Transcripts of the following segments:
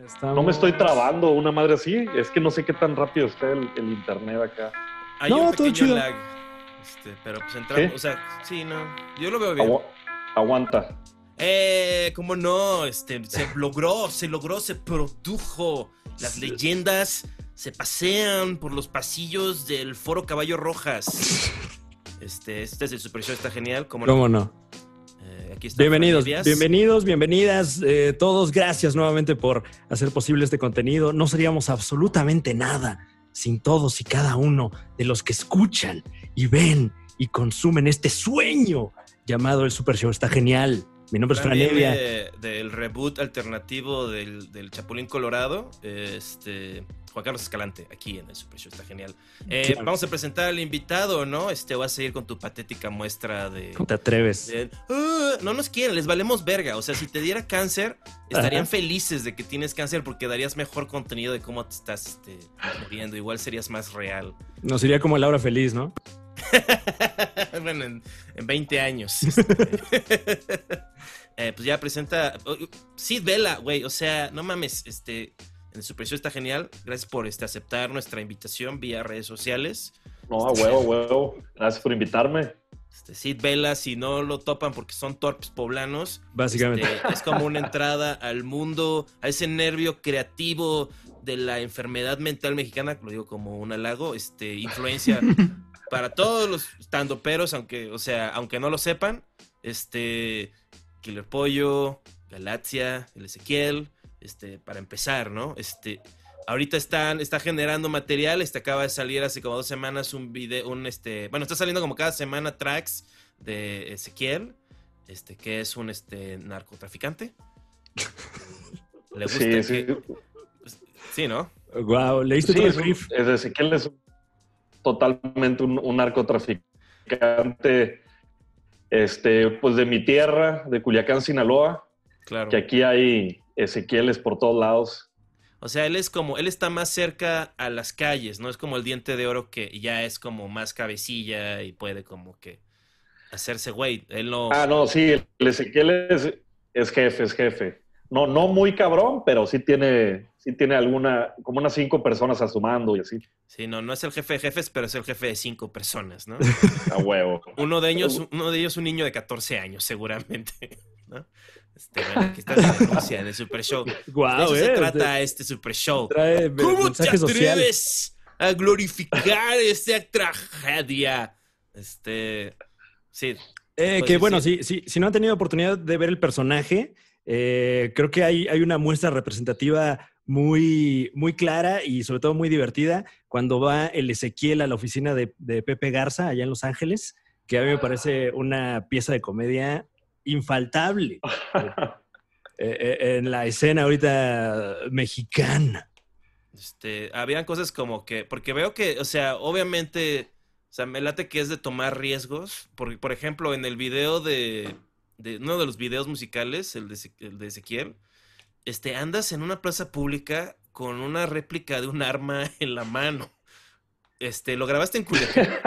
No me estoy trabando, una madre así. Es que no sé qué tan rápido está el internet acá. Hay un pequeño lag. Pero pues entramos, o sea, sí, no. Yo lo veo bien. Aguanta. ¿Cómo no? Se logró, se produjo. Las leyendas se pasean por los pasillos del Foro Caballo Rojas. Este es el Super Show, está genial. ¿Cómo no? Aquí está. Bienvenidas todos. Gracias nuevamente por hacer posible este contenido. No seríamos absolutamente nada sin todos y cada uno de los que escuchan y ven y consumen este sueño llamado el Super Show. Está genial. Mi nombre es Fran Evia. Del reboot alternativo del Chapulín Colorado, Juan Carlos Escalante, aquí en el Super Show, está genial. Claro. Vamos a presentar al invitado, ¿no? Vas a seguir con tu patética muestra de... ¿Cómo te atreves? No nos quieren, les valemos verga. O sea, si te diera cáncer, estarían felices de que tienes cáncer porque darías mejor contenido de cómo te estás muriendo. Igual serías más real. No, sería como Laura Feliz, ¿no? Bueno, en 20 años. Pues ya presenta Sid Vela, güey. O sea, no mames, en el Super Show está genial. Gracias por aceptar nuestra invitación vía redes sociales. No, a huevo. Gracias por invitarme. Sid Vela, si no lo topan porque son torpes poblanos, básicamente es como una entrada al mundo, a ese nervio creativo de la enfermedad mental mexicana, lo digo como un halago, influencia para todos los standuperos, aunque no lo sepan, Killer Pollo, Galaxia, el Ezequiel, para empezar, ¿no? Ahorita está generando material, acaba de salir hace como 2 semanas un video, está saliendo como cada semana tracks de Ezequiel, que es un narcotraficante. Le gusta sí, ¿no? Wow, ¿leíste todo el brief? Ezequiel es totalmente un narcotraficante, pues de mi tierra, de Culiacán, Sinaloa. Claro. Que aquí hay Ezequieles por todos lados. O sea, él está más cerca a las calles, ¿no? Es como el Diente de Oro que ya es como más cabecilla y puede como que hacerse güey. Él no... no, sí, el Ezequiel es jefe. No muy cabrón, pero sí tiene alguna, como unas 5 personas a su mando y así. Sí, no es el jefe de jefes, pero es el jefe de 5 personas, ¿no? A huevo. Uno de ellos un niño de 14 años, seguramente, ¿no? Bueno, aquí está la denuncia en el Super Show. Wow, de eso se trata este Super Show. ¿Cómo te atreves a glorificar esta tragedia? Sí. Que bueno, si no han tenido oportunidad de ver el personaje, creo que hay una muestra representativa muy, muy clara y sobre todo muy divertida cuando va el Ezequiel a la oficina de Pepe Garza allá en Los Ángeles, que a mí me parece una pieza de comedia infaltable en la escena ahorita mexicana. Habían cosas como que, porque veo que, o sea, obviamente, o sea, me late que es de tomar riesgos, porque, por ejemplo, en el video de uno de los videos musicales, el de Ezequiel, andas en una plaza pública con una réplica de un arma en la mano. Lo grabaste en Culiacán.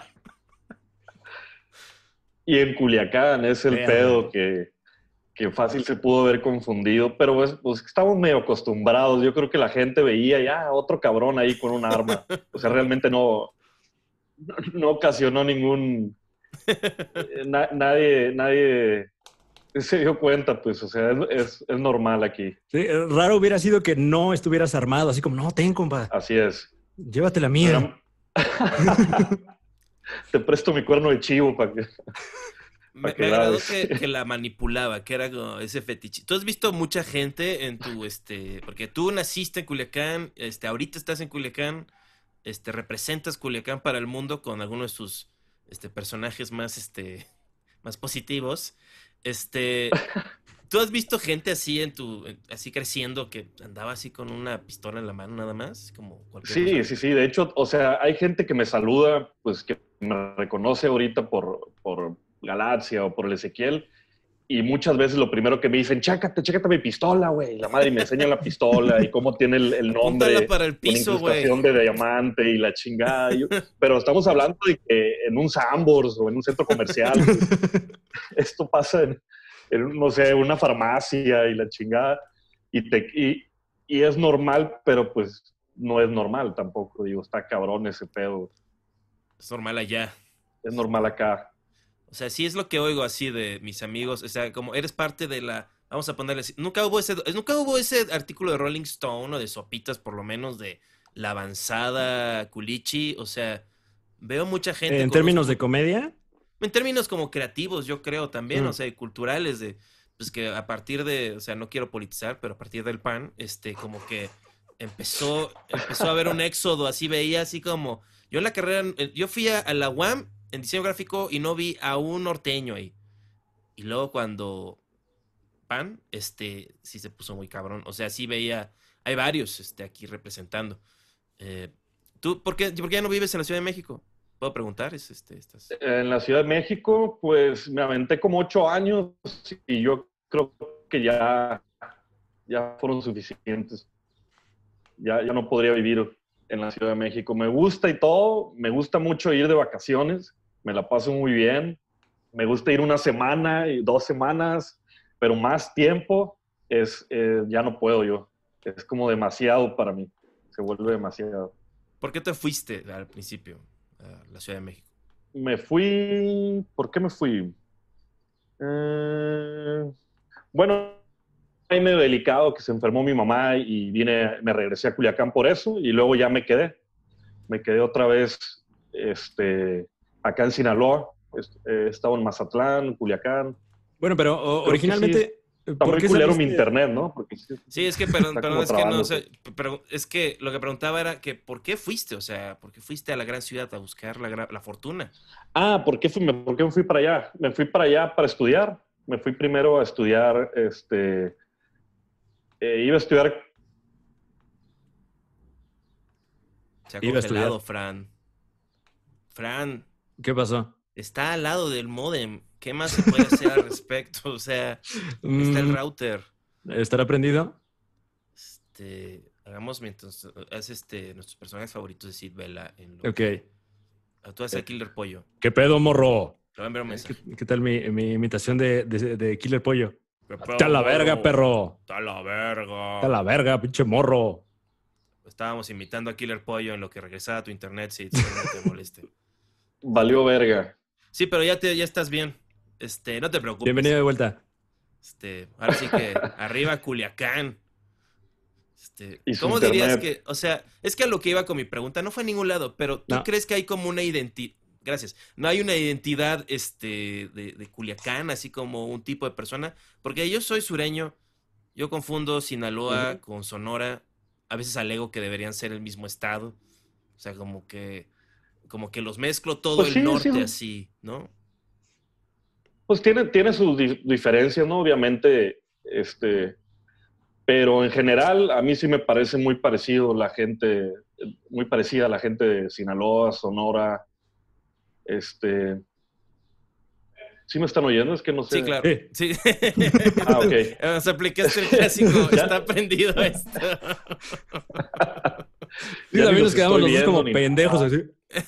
Y en Culiacán es el pedo que fácil se pudo haber confundido, pero pues estamos medio acostumbrados. Yo creo que la gente veía ya otro cabrón ahí con un arma. O sea, realmente no ocasionó ningún... nadie se dio cuenta, pues, o sea, es normal aquí. Sí, raro hubiera sido que no estuvieras armado, así como, no, ten, compa. Así es. Llévate la mía. Te presto mi cuerno de chivo para que... Me agradó que la manipulaba, que era como ese fetiche. ¿Tú has visto mucha gente en tu, porque tú naciste en Culiacán, ahorita estás en Culiacán, representas Culiacán para el mundo con algunos de sus, personajes más, más positivos. ¿Tú has visto gente así así creciendo que andaba así con una pistola en la mano nada más? Como cualquier cosa? Sí. De hecho, o sea, hay gente que me saluda, pues que me reconoce ahorita por Galaxia o por el Ezequiel, y muchas veces lo primero que me dicen, chécate mi pistola, güey. La madre me enseña la pistola y cómo tiene el nombre, para el piso, con incrustación de diamante y la chingada. Pero estamos hablando de que en un Sambors o en un centro comercial, pues, esto pasa en, no sé, una farmacia y la chingada. Y y es normal, pero pues no es normal tampoco. Digo, está cabrón ese pedo. Es normal allá. Es normal acá. O sea, sí es lo que oigo así de mis amigos. O sea, como eres parte de la... Vamos a ponerle así. Nunca hubo ese artículo de Rolling Stone o de Sopitas, por lo menos, de la avanzada culichi. O sea, veo mucha gente... ¿En términos de comedia? En términos como creativos, yo creo también, o sea, y culturales, de pues que a partir de, o sea, no quiero politizar, pero a partir del PAN, como que empezó a haber un éxodo, así veía, así como, yo en la carrera, yo fui a la UAM en diseño gráfico y no vi a un norteño ahí. Y luego cuando PAN, sí se puso muy cabrón, o sea, sí veía, hay varios, aquí representando. ¿Tú por qué ya no vives en la Ciudad de México? ¿Puedo preguntar? Estás... En la Ciudad de México, pues me aventé como 8 años y yo creo que ya fueron suficientes. Ya no podría vivir en la Ciudad de México. Me gusta y todo, me gusta mucho ir de vacaciones, me la paso muy bien. Me gusta ir 1 semana y 2 semanas, pero más tiempo ya no puedo yo. Es como demasiado para mí, se vuelve demasiado. ¿Por qué te fuiste al principio a la Ciudad de México? ¿Por qué me fui? Bueno, ahí medio delicado que se enfermó mi mamá y me regresé a Culiacán por eso y luego ya me quedé. Me quedé otra vez acá en Sinaloa. Estaba en Mazatlán, Culiacán. Bueno, pero originalmente... Está muy culero mi internet, ¿no? Porque sí, es que, perdón, es que no sé, pero es que lo que preguntaba era que ¿por qué fuiste? O sea, ¿por qué fuiste a la gran ciudad a buscar la fortuna? ¿Por qué me fui para allá? Me fui para allá para estudiar. Me fui primero a estudiar, iba a estudiar... Se ha congelado, Fran. ¿Qué pasó? Está al lado del módem. ¿Qué más se puede hacer al respecto? O sea, está el router. ¿Estará prendido? Hagamos mientras es nuestros personajes favoritos de Sid Vela. Ok. Tú haces Killer Pollo. ¿Qué pedo, morro? Te voy a enviar un mensaje. ¿Qué tal mi imitación de Killer Pollo? ¡Está la verga, perro! ¡Está la verga! ¡Está la verga, pinche morro! Estábamos imitando a Killer Pollo en lo que regresaba a tu internet, si no te moleste. Valió verga. Sí, pero ya estás bien. No te preocupes. Bienvenido de vuelta. Ahora sí que arriba Culiacán. ¿Cómo internet. dirías que, o sea, es que a lo que iba con mi pregunta, no fue a ningún lado, pero ¿tú crees que hay como una identidad? Gracias. ¿No hay una identidad de Culiacán, así como un tipo de persona? Porque yo soy sureño, yo confundo Sinaloa con Sonora, a veces alego que deberían ser el mismo estado. O sea, como que los mezclo todo pues el norte sí. así, ¿no? Pues tiene sus diferencias, ¿no? Obviamente, pero en general a mí sí me parece muy parecido muy parecida a la gente de Sinaloa, Sonora. ¿Sí me están oyendo? Es que no sé. Sí, claro. Sí. Ok. Nos aplicaste el clásico, está prendido esto. Sí, también nos quedamos los dos como pendejos así.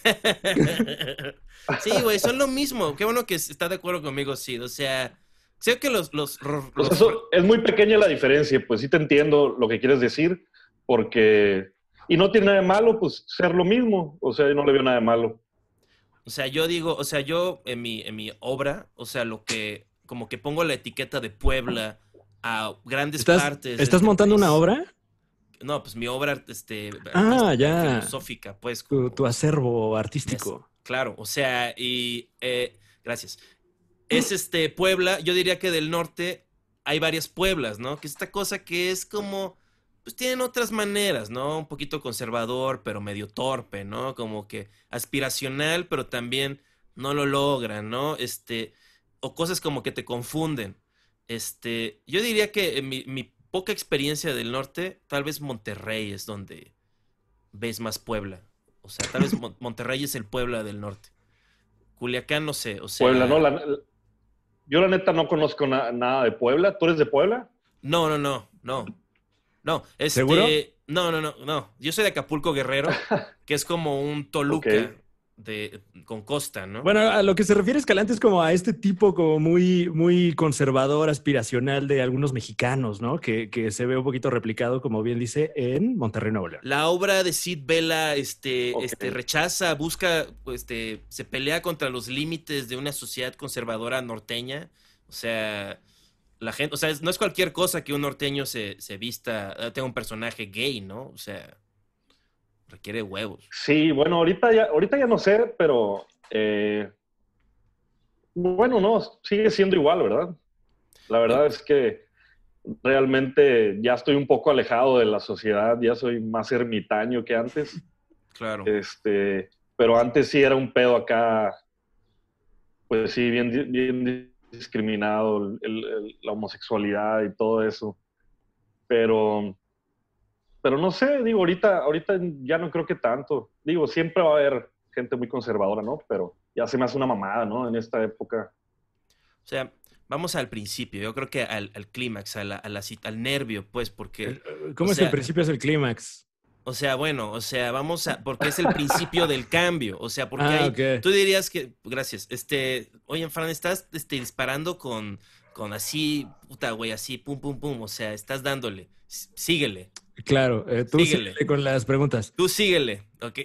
Sí, güey, son lo mismo. Qué bueno que está de acuerdo conmigo, sí. O sea, sé que los eso es muy pequeña la diferencia, pues sí te entiendo lo que quieres decir, porque... Y no tiene nada de malo, pues, ser lo mismo. O sea, yo no le veo nada de malo. O sea, yo digo, o sea, yo en mi obra, o sea, como que pongo la etiqueta de Puebla a grandes partes. ¿Estás montando una obra? No, pues mi obra, ya. filosófica, pues. Tu acervo artístico. Claro, o sea, y gracias. Es Puebla, yo diría que del norte hay varias Pueblas, ¿no? Que esta cosa que es como, pues tienen otras maneras, ¿no? Un poquito conservador, pero medio torpe, ¿no? Como que aspiracional, pero también no lo logran, ¿no? O cosas como que te confunden. Yo diría que mi poca experiencia del norte, tal vez Monterrey es donde ves más Puebla. O sea, tal vez Monterrey es el Puebla del norte. Culiacán, no sé, o sea... Puebla, ¿no? Yo la neta no conozco nada de Puebla. ¿Tú eres de Puebla? No. ¿Seguro? No. Yo soy de Acapulco, Guerrero, que es como un Toluca. Okay. con Costa, ¿no? Bueno, a lo que se refiere Escalante es como a este tipo como muy, muy conservador, aspiracional de algunos mexicanos, ¿no? Que se ve un poquito replicado, como bien dice, en Monterrey, Nuevo León. La obra de Sid Vela Ok. rechaza, busca, se pelea contra los límites de una sociedad conservadora norteña. O sea, la gente, o sea, no es cualquier cosa que un norteño se vista, tenga un personaje gay, ¿no? O sea, requiere huevos. Sí, bueno, ahorita ya no sé, pero bueno, no, sigue siendo igual, ¿verdad? La verdad es que realmente ya estoy un poco alejado de la sociedad, ya soy más ermitaño que antes. Claro. Pero antes sí era un pedo acá, pues sí, bien discriminado, la homosexualidad y todo eso. Pero, pero no sé, digo, ahorita ya no creo que tanto. Digo, siempre va a haber gente muy conservadora, ¿no? Pero ya se me hace una mamada, ¿no? En esta época. O sea, vamos al principio, yo creo que al clímax, al nervio, pues, porque, o ¿Cómo es que el sea, principio es el clímax? bueno, o sea, porque es el principio del cambio, o sea, porque Ah, hay, ok. tú dirías que, gracias, oye, Fran, estás, disparando con así, puta, güey, así, pum, pum, pum, o sea, estás dándole, síguele, Claro, tú síguele. síguele con las preguntas. Tú síguele, ¿ok?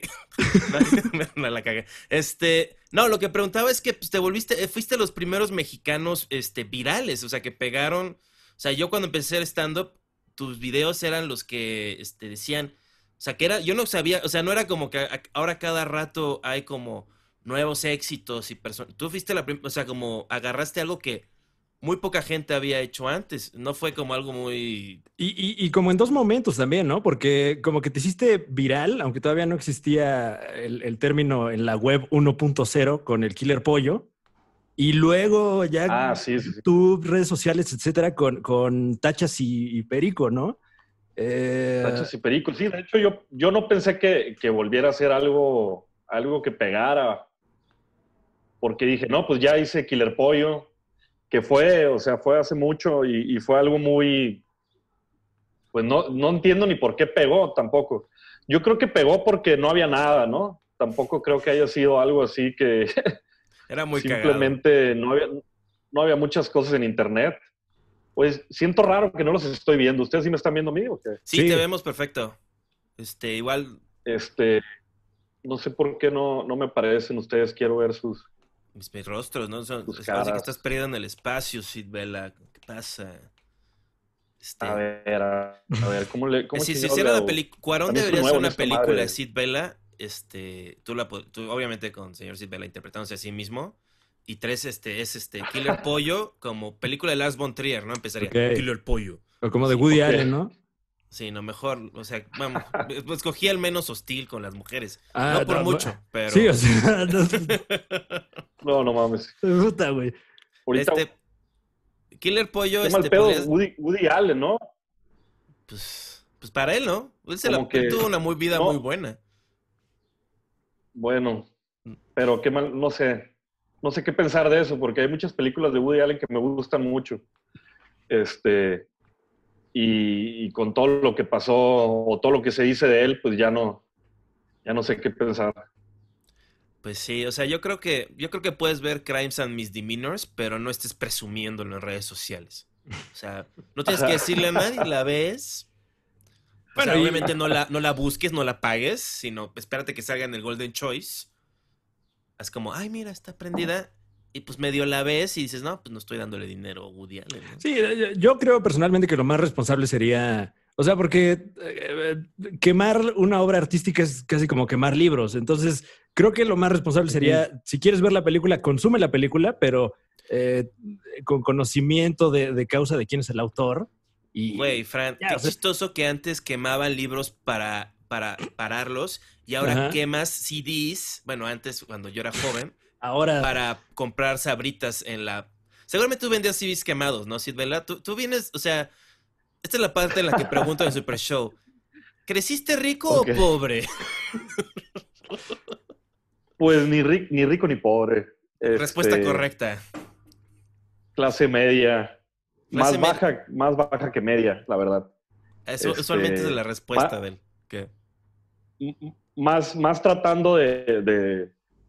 No la cagué. No, lo que preguntaba es que pues, fuiste los primeros mexicanos, virales, o sea, que pegaron. O sea, yo cuando empecé el stand-up, tus videos eran los que, decían, o sea, que yo no sabía, o sea, no era como que ahora cada rato hay como nuevos éxitos y personas. Tú fuiste o sea, como agarraste algo que muy poca gente había hecho antes. No fue como algo muy. Y como en dos momentos también, ¿no? Porque como que te hiciste viral, aunque todavía no existía el término en la web 1.0 con el Killer Pollo. Y luego ya Ah, sí, sí, sí. YouTube, redes sociales, etcétera, con Tachas y Perico, ¿no? Tachos y Perico. Sí, de hecho yo no pensé que volviera a ser algo que pegara, porque dije, no, pues ya hice Killer Pollo, que fue, o sea, fue hace mucho y fue algo muy, pues no entiendo ni por qué pegó tampoco. Yo creo que pegó porque no había nada, ¿no? Tampoco creo que haya sido algo así que Era muy cagado. simplemente no había muchas cosas en internet. Pues siento raro que no los estoy viendo. ¿Ustedes sí me están viendo a mí o qué? Sí, te Sí, vemos perfecto. Igual Este, no sé por qué no me aparecen ustedes. Quiero ver mis rostros, ¿no? sus Parece que estás caras. perdido en el espacio, Sid Vela. ¿Qué pasa? A Este. ver, a ver, ¿cómo Si se chingados le hiciera una hago? película. Cuarón También soy debería ser nuevo en una esta película de madre. Sid Vela. Tú obviamente con señor Sid Vela interpretándose a sí mismo. Y tres, Killer Pollo, como película de Lars von Trier, ¿no? Empezaría, ok. Killer Pollo. O como de Así. Woody Ok. Allen, ¿no? Sí, no, mejor, o sea, vamos, pues escogí al menos hostil con las mujeres. Ah, No por no, mucho, sí, o pero. sea, no, No mames. puta, güey. Ahorita, Este, Killer Pollo, qué mal pedo podrías, Woody Allen, ¿no? pues para él, ¿no? Como Él que, tuvo una vida muy no, buena. bueno, pero qué mal, no sé. No sé qué pensar de eso, porque hay muchas películas de Woody Allen que me gustan mucho. Este, y con todo lo que pasó o todo lo que se dice de él, pues ya no sé qué pensar. Pues sí, o sea, yo creo que puedes ver Crimes and Misdemeanors, pero no estés presumiendo en las redes sociales. O sea, no tienes que decirle a nadie, la ves. O Bueno, sea, obviamente no la busques, no la pagues, sino espérate que salga en el Golden Choice. Es como, ay, mira, está prendida. Y pues medio la ves y dices, no, pues no estoy dándole dinero a Woody Allen, ¿no? sí, yo creo personalmente que lo más responsable sería, o sea, porque quemar una obra artística es casi como quemar libros. Entonces, creo que lo más responsable sería, si quieres ver la película, consume la película, pero eh, con conocimiento de causa de quién es el autor. Güey, Y Fran, ya, qué o sea, chistoso que antes quemaban libros para pararlos y ahora ajá. quemas CDs, bueno, antes cuando yo era joven, Ahora, para comprar sabritas en la. Seguramente tú vendías CDs quemados, ¿no, Sid Vela? Tú vienes, o sea, esta es la parte en la que pregunto en Super Show. ¿Creciste rico Ok. o pobre? Pues ni rico ni pobre. Respuesta correcta. Clase media, Clase media. más baja que media, la verdad. Eso usualmente es Este, la respuesta ma- del que. más tratando de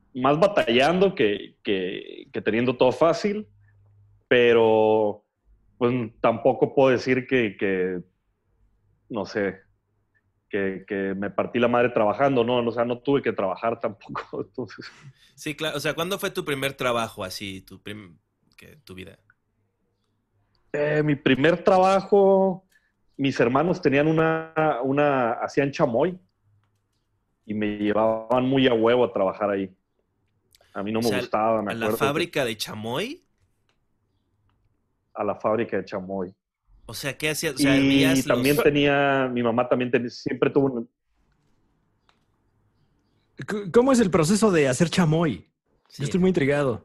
más batallando que teniendo todo fácil, pero pues tampoco puedo decir que no sé, que me partí la madre trabajando, ¿no? O sea, no tuve que trabajar tampoco, entonces... Sí, claro. O sea, ¿cuándo fue tu primer trabajo así, tu vida? Mi primer trabajo, mis hermanos tenían hacían chamoy y me llevaban muy a huevo a trabajar ahí. A mí no O me sea, gustaba, me ¿a la acuerdo. fábrica de chamoy? A la fábrica de chamoy. O sea, ¿qué hacías? O sea, Y veías también los... mi mamá también siempre tuvo ¿Cómo es el proceso de hacer chamoy? Yo Sí. estoy muy intrigado.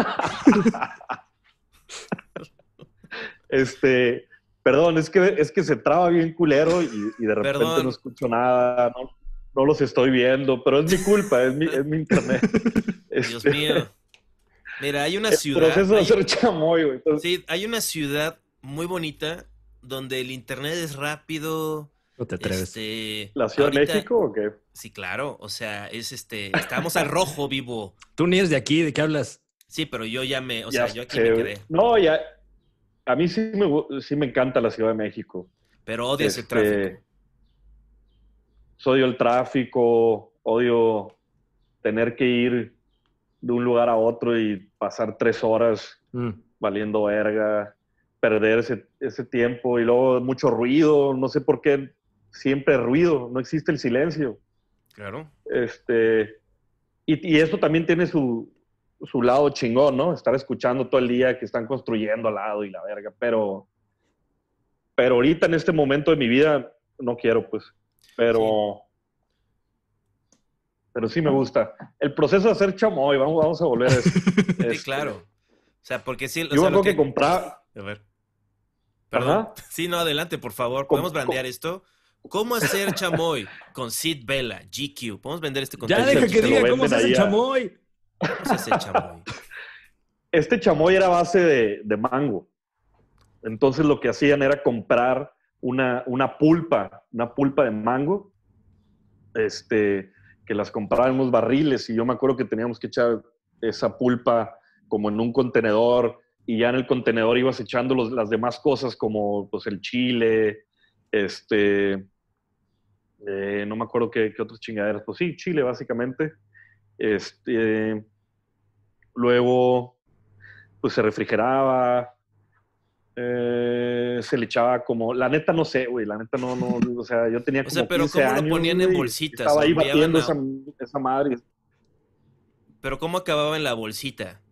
Perdón, es que se traba bien culero y de repente Perdón. no escucho nada, no los estoy viendo, pero es mi culpa, es mi internet. Dios mío. Mira, hay una El ciudad... proceso de hacer chamoy, güey. Entonces, Sí, hay una ciudad muy bonita donde el internet es rápido. No te atreves. ¿la Ciudad de Ahorita, México o qué? sí, claro, o sea, estamos al rojo vivo. Tú ni eres de aquí, ¿de qué hablas? Sí, pero yo o Ya sea, yo aquí sé, me güey. quedé. No, ya, a mí sí me encanta la Ciudad de México. Pero odias el tráfico. Odio el tráfico, odio tener que ir de un lugar a otro y pasar 3 horas valiendo verga, perder ese tiempo y luego mucho ruido, no sé por qué siempre ruido, no existe el silencio. Claro. Y esto también tiene su lado chingón, ¿no? Estar escuchando todo el día que están construyendo al lado y la verga, pero ahorita en este momento de mi vida no quiero, pues, pero sí me gusta. El proceso de hacer chamoy, vamos a volver a eso. Sí, claro. O sea, porque sí, o Yo sea, creo que comprar... A ver. Perdón. Ajá. Sí, no, adelante, por favor. ¿Podemos brandear esto? ¿Cómo hacer chamoy con Sid Vela, GQ? ¿Podemos vender este Ya contenido? deja que diga cómo se hace chamoy. ¿Cómo se hace chamoy? Este chamoy era a base de mango. Entonces lo que hacían era comprar una pulpa de mango, que las compraban en unos barriles y yo me acuerdo que teníamos que echar esa pulpa como en un contenedor y ya en el contenedor ibas echando las demás cosas como pues el chile, no me acuerdo qué otras chingaderas, pues sí, chile básicamente. Luego pues se refrigeraba, se le echaba como, la neta no sé, güey, la neta no, o sea, yo tenía como pero 15 ¿cómo años, lo ponían en bolsitas? Estaba ahí ¿O batiendo enviaban esa madre. Pero ¿cómo acababa en la bolsita?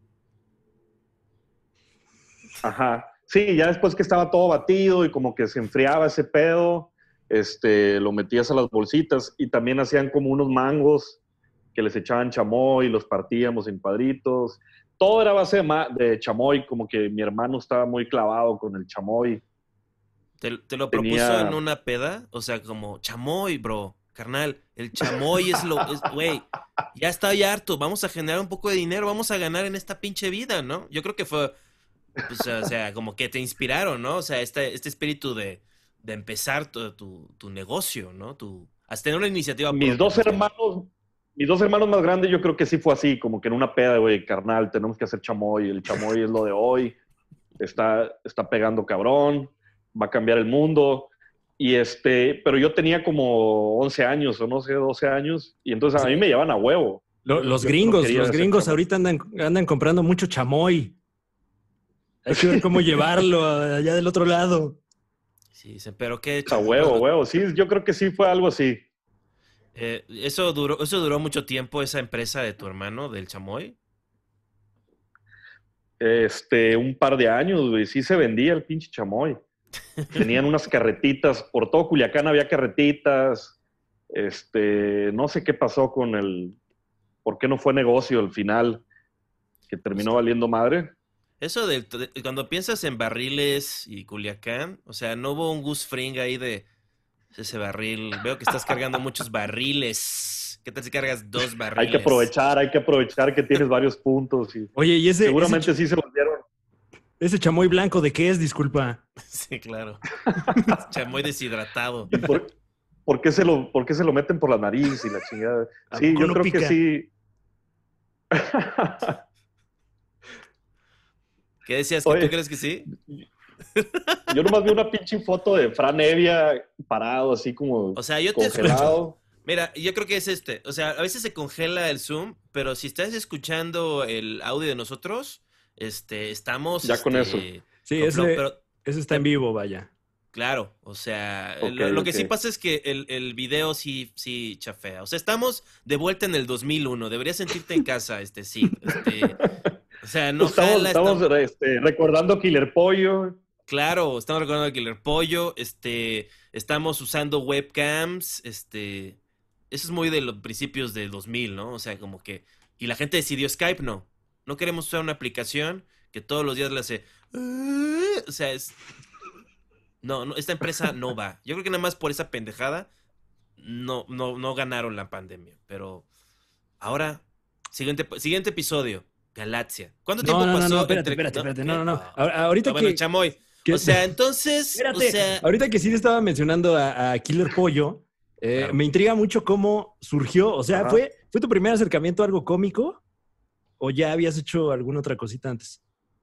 Ajá, sí, ya después que estaba todo batido y como que se enfriaba ese pedo, lo metías a las bolsitas y también hacían como unos mangos que les echaban chamoy, los partíamos en cuadritos. Todo era base de chamoy, como que mi hermano estaba muy clavado con el chamoy. ¿Te lo propuso en una peda? O sea, como, chamoy, bro, carnal, el chamoy güey, ya estoy harto, vamos a generar un poco de dinero, vamos a ganar en esta pinche vida, ¿no? Yo creo que fue, pues, o sea, como que te inspiraron, ¿no? O sea, este espíritu de empezar tu negocio, ¿no? Hasta tener una iniciativa Mis dos hermanos más grandes yo creo que sí fue así, como que en una peda, güey, carnal, tenemos que hacer chamoy, el chamoy es lo de hoy, está pegando cabrón, va a cambiar el mundo, pero yo tenía como 11 años o no sé, 12 años, y entonces a mí me llevan a huevo. Los gringos ahorita andan comprando mucho chamoy. Hay que ver cómo llevarlo allá del otro lado. Sí, pero qué A huevo, sí, yo creo que sí fue algo así. ¿Eso duró mucho tiempo, esa empresa de tu hermano, del chamoy? Un par de años, güey, sí se vendía el pinche chamoy. Tenían unas carretitas, por todo Culiacán había carretitas, no sé qué pasó por qué no fue negocio al final, que terminó valiendo madre. Eso cuando piensas en barriles y Culiacán, o sea, no hubo un Gus Fring ahí de ese barril. Veo que estás cargando muchos barriles. ¿Qué tal si cargas 2 barriles? Hay que aprovechar que tienes varios puntos. Oye, y seguramente sí se volvieron. ¿Ese chamoy blanco de qué es? Disculpa. Sí, claro. Chamoy deshidratado. ¿Por qué se lo meten por la nariz y la chingada? Sí, yo creo que sí. ¿Qué decías? ¿Que Oye, tú crees que sí? yo nomás vi una pinche foto de Fran Evia parado, así como O sea, yo te escucho. congelado. Mira, yo creo que es este. O sea, a veces se congela el Zoom, pero si estás escuchando el audio de nosotros, estamos, Ya con eso. Sí, con flow. ese, Pero, ese está en vivo, vaya. claro, o sea, Ok, lo que ok. sí pasa es que el video sí chafea. O sea, estamos de vuelta en el 2001. Deberías sentirte en casa, sí. O sea, no Pues estamos, jala, estamos recordando Killer Pollo. claro, estamos recordando el Killer Pollo, estamos usando webcams, eso es muy de los principios del 2000, ¿no? O sea, como que, y la gente decidió Skype, no queremos usar una aplicación que todos los días le hace, o sea, no, esta empresa no va. Yo creo que nada más por esa pendejada no ganaron la pandemia, pero ahora, siguiente episodio, Galaxia. ¿Cuánto No, tiempo no, no, no, pasó espérate, entre, espérate, no? espérate, no, ¿Qué? no, no. Ah, Ahorita bueno, que, Chamoy. que- O sea, entonces, o Espérate, sea, ahorita que sí le estaba mencionando a Killer Pollo, claro. me intriga mucho cómo surgió. O sea, Ajá. ¿fue tu primer acercamiento a algo cómico o ya habías hecho alguna otra cosita antes?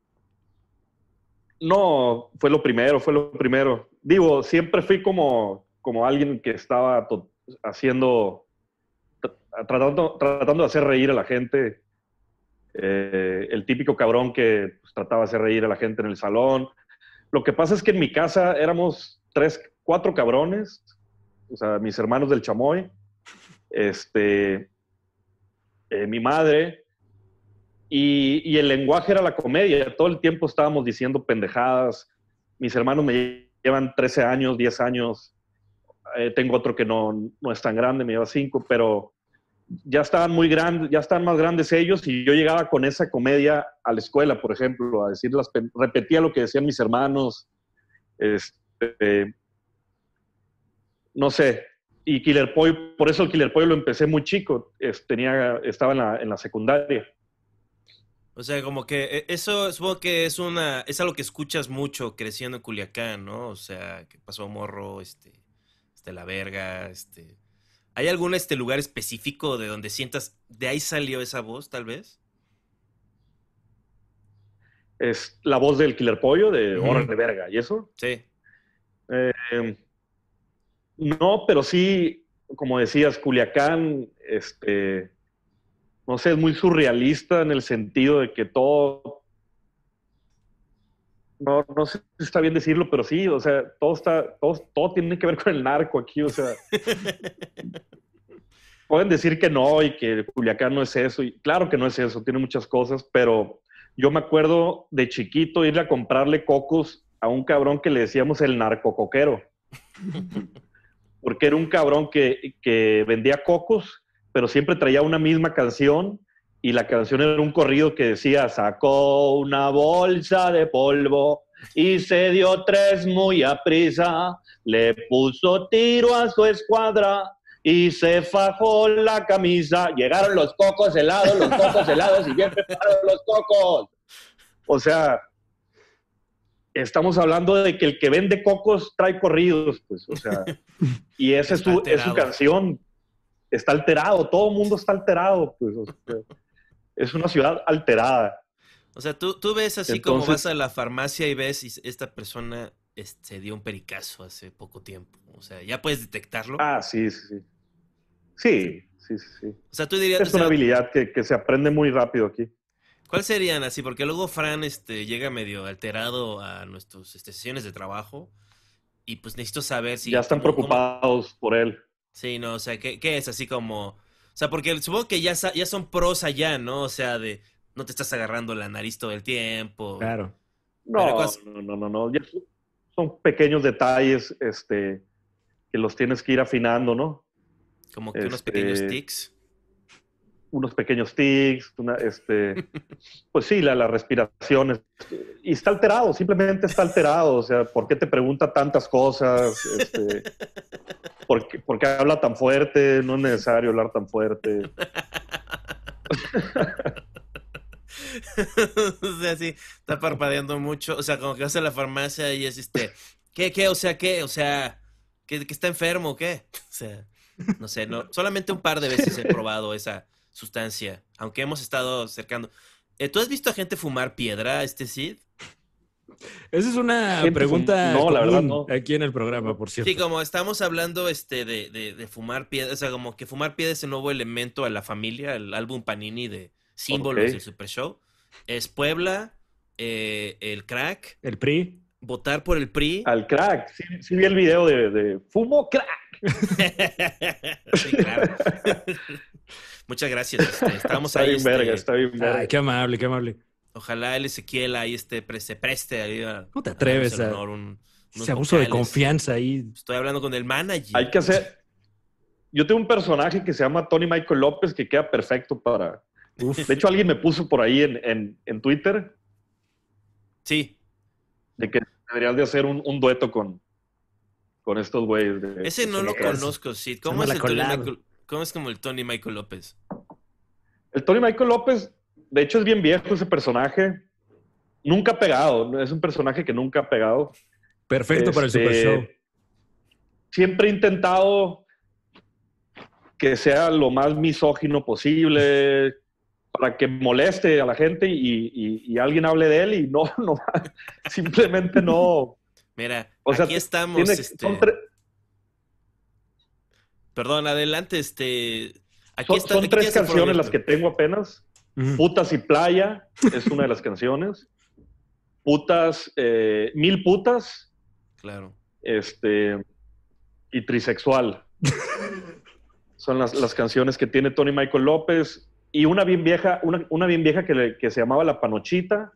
No, fue lo primero, fue lo primero. Digo, siempre fui como alguien que estaba haciendo, tratando de hacer reír a la gente. El típico cabrón que pues, trataba de hacer reír a la gente en el salón. Lo que pasa es que en mi casa éramos 4 cabrones, o sea, mis hermanos del Chamoy, mi madre, y el lenguaje era la comedia. Todo el tiempo estábamos diciendo pendejadas. Mis hermanos me llevan 13 años, 10 años. Tengo otro que no es tan grande, me lleva 5, pero ya estaban muy grandes, ya están más grandes ellos, y yo llegaba con esa comedia a la escuela, por ejemplo, a decir repetía lo que decían mis hermanos, no sé, y Killer Pollo, por eso el Killer Pollo lo empecé muy chico, estaba en la secundaria. O sea, como que eso supongo que es algo que escuchas mucho creciendo en Culiacán, ¿no? O sea, que pasó morro, la verga, ¿Hay algún lugar específico de donde sientas, de ahí salió esa voz, tal vez? Es la voz del Killer Pollo, de Ujú. Órale Verga, y eso. Sí. Eh, no, pero sí, como decías, Culiacán, no sé, es muy surrealista en el sentido de que todo, no sé si está bien decirlo, pero sí, o sea, todo tiene que ver con el narco aquí, o sea, pueden decir que no y que Culiacán no es eso, y claro que no es eso, tiene muchas cosas, pero yo me acuerdo de chiquito irle a comprarle cocos a un cabrón que le decíamos el narcocoquero, porque era un cabrón que vendía cocos, pero siempre traía una misma canción, y la canción era un corrido que decía, sacó una bolsa de polvo y se dio 3 muy a prisa, le puso tiro a su escuadra y se fajó la camisa. Llegaron los cocos helados y bien preparados los cocos. O sea, estamos hablando de que el que vende cocos trae corridos, pues, o sea, y esa es su canción. Está alterado, todo el mundo está alterado, pues, o sea, es una ciudad alterada. O sea, tú ves así como Entonces, vas a la farmacia y ves y esta persona se dio un pericazo hace poco tiempo. O sea, ya puedes detectarlo. sí, sí, sí. Sí, sí, sí, sí. O sea, tú dirías, o Es una sea, habilidad que se aprende muy rápido aquí. ¿cuáles serían así? Porque luego Fran llega medio alterado a nuestras sesiones de trabajo y pues necesito saber Ya si, están cómo... preocupados por él. Sí, no, o sea, ¿qué es así como... O sea, porque supongo que ya son pros allá, ¿no? O sea, de no te estás agarrando la nariz todo el tiempo. Claro. Pero No, no. Ya son pequeños detalles, que los tienes que ir afinando, ¿no? como que unos pequeños tics. Unos pequeños tics, pues sí, la respiración. Y está alterado, simplemente está alterado. O sea, ¿por qué te pregunta tantas cosas? ¿Por qué habla tan fuerte? No es necesario hablar tan fuerte. O sea, sí, está parpadeando mucho. O sea, como que vas a la farmacia y es ¿qué? O sea, ¿qué? O sea, ¿que está enfermo o qué? O sea, no sé, no. Solamente un par de veces he probado esa sustancia, aunque hemos estado cercando. ¿Tú has visto a gente fumar piedra, Sid? Esa es una Gente pregunta no, la verdad común no. aquí en el programa, por cierto. Sí, como estamos hablando de fumar piedra, o sea, como que fumar piedra es el nuevo elemento a la familia, el álbum Panini de símbolos del Super Show. Es Puebla, el crack. El PRI. Votar por el PRI. Al crack. Sí vi el video de fumo crack. Sí, claro. Muchas gracias. Estamos está ahí. Bien verga, está bien verga. Ay, qué amable, qué amable. Ojalá el Ezequiel ahí se preste ahí ¿Cómo te atreves a ese abuso de confianza ahí? Estoy hablando con el manager. Hay que hacer... Yo tengo un personaje que se llama Tony Michael López que queda perfecto para... De hecho, alguien me puso por ahí en Twitter. Sí. De que deberías de hacer un dueto con estos güeyes. Ese no lo conozco, sí. ¿Cómo es como el Tony Michael López? El Tony Michael López, de hecho, es bien viejo ese personaje. Nunca ha pegado. Es un personaje que nunca ha pegado. Perfecto para el Super Show. Siempre he intentado que sea lo más misógino posible para que moleste a la gente y alguien hable de él y no simplemente no. Mira, o sea, aquí estamos. Perdón, adelante. Aquí son 3 canciones las que tengo apenas. Putas y Playa es una de las canciones. Putas, 1000 putas. Claro. Y Trisexual. Son las canciones que tiene Tony Michael López. Y una bien vieja, una bien vieja que se llamaba La Panochita.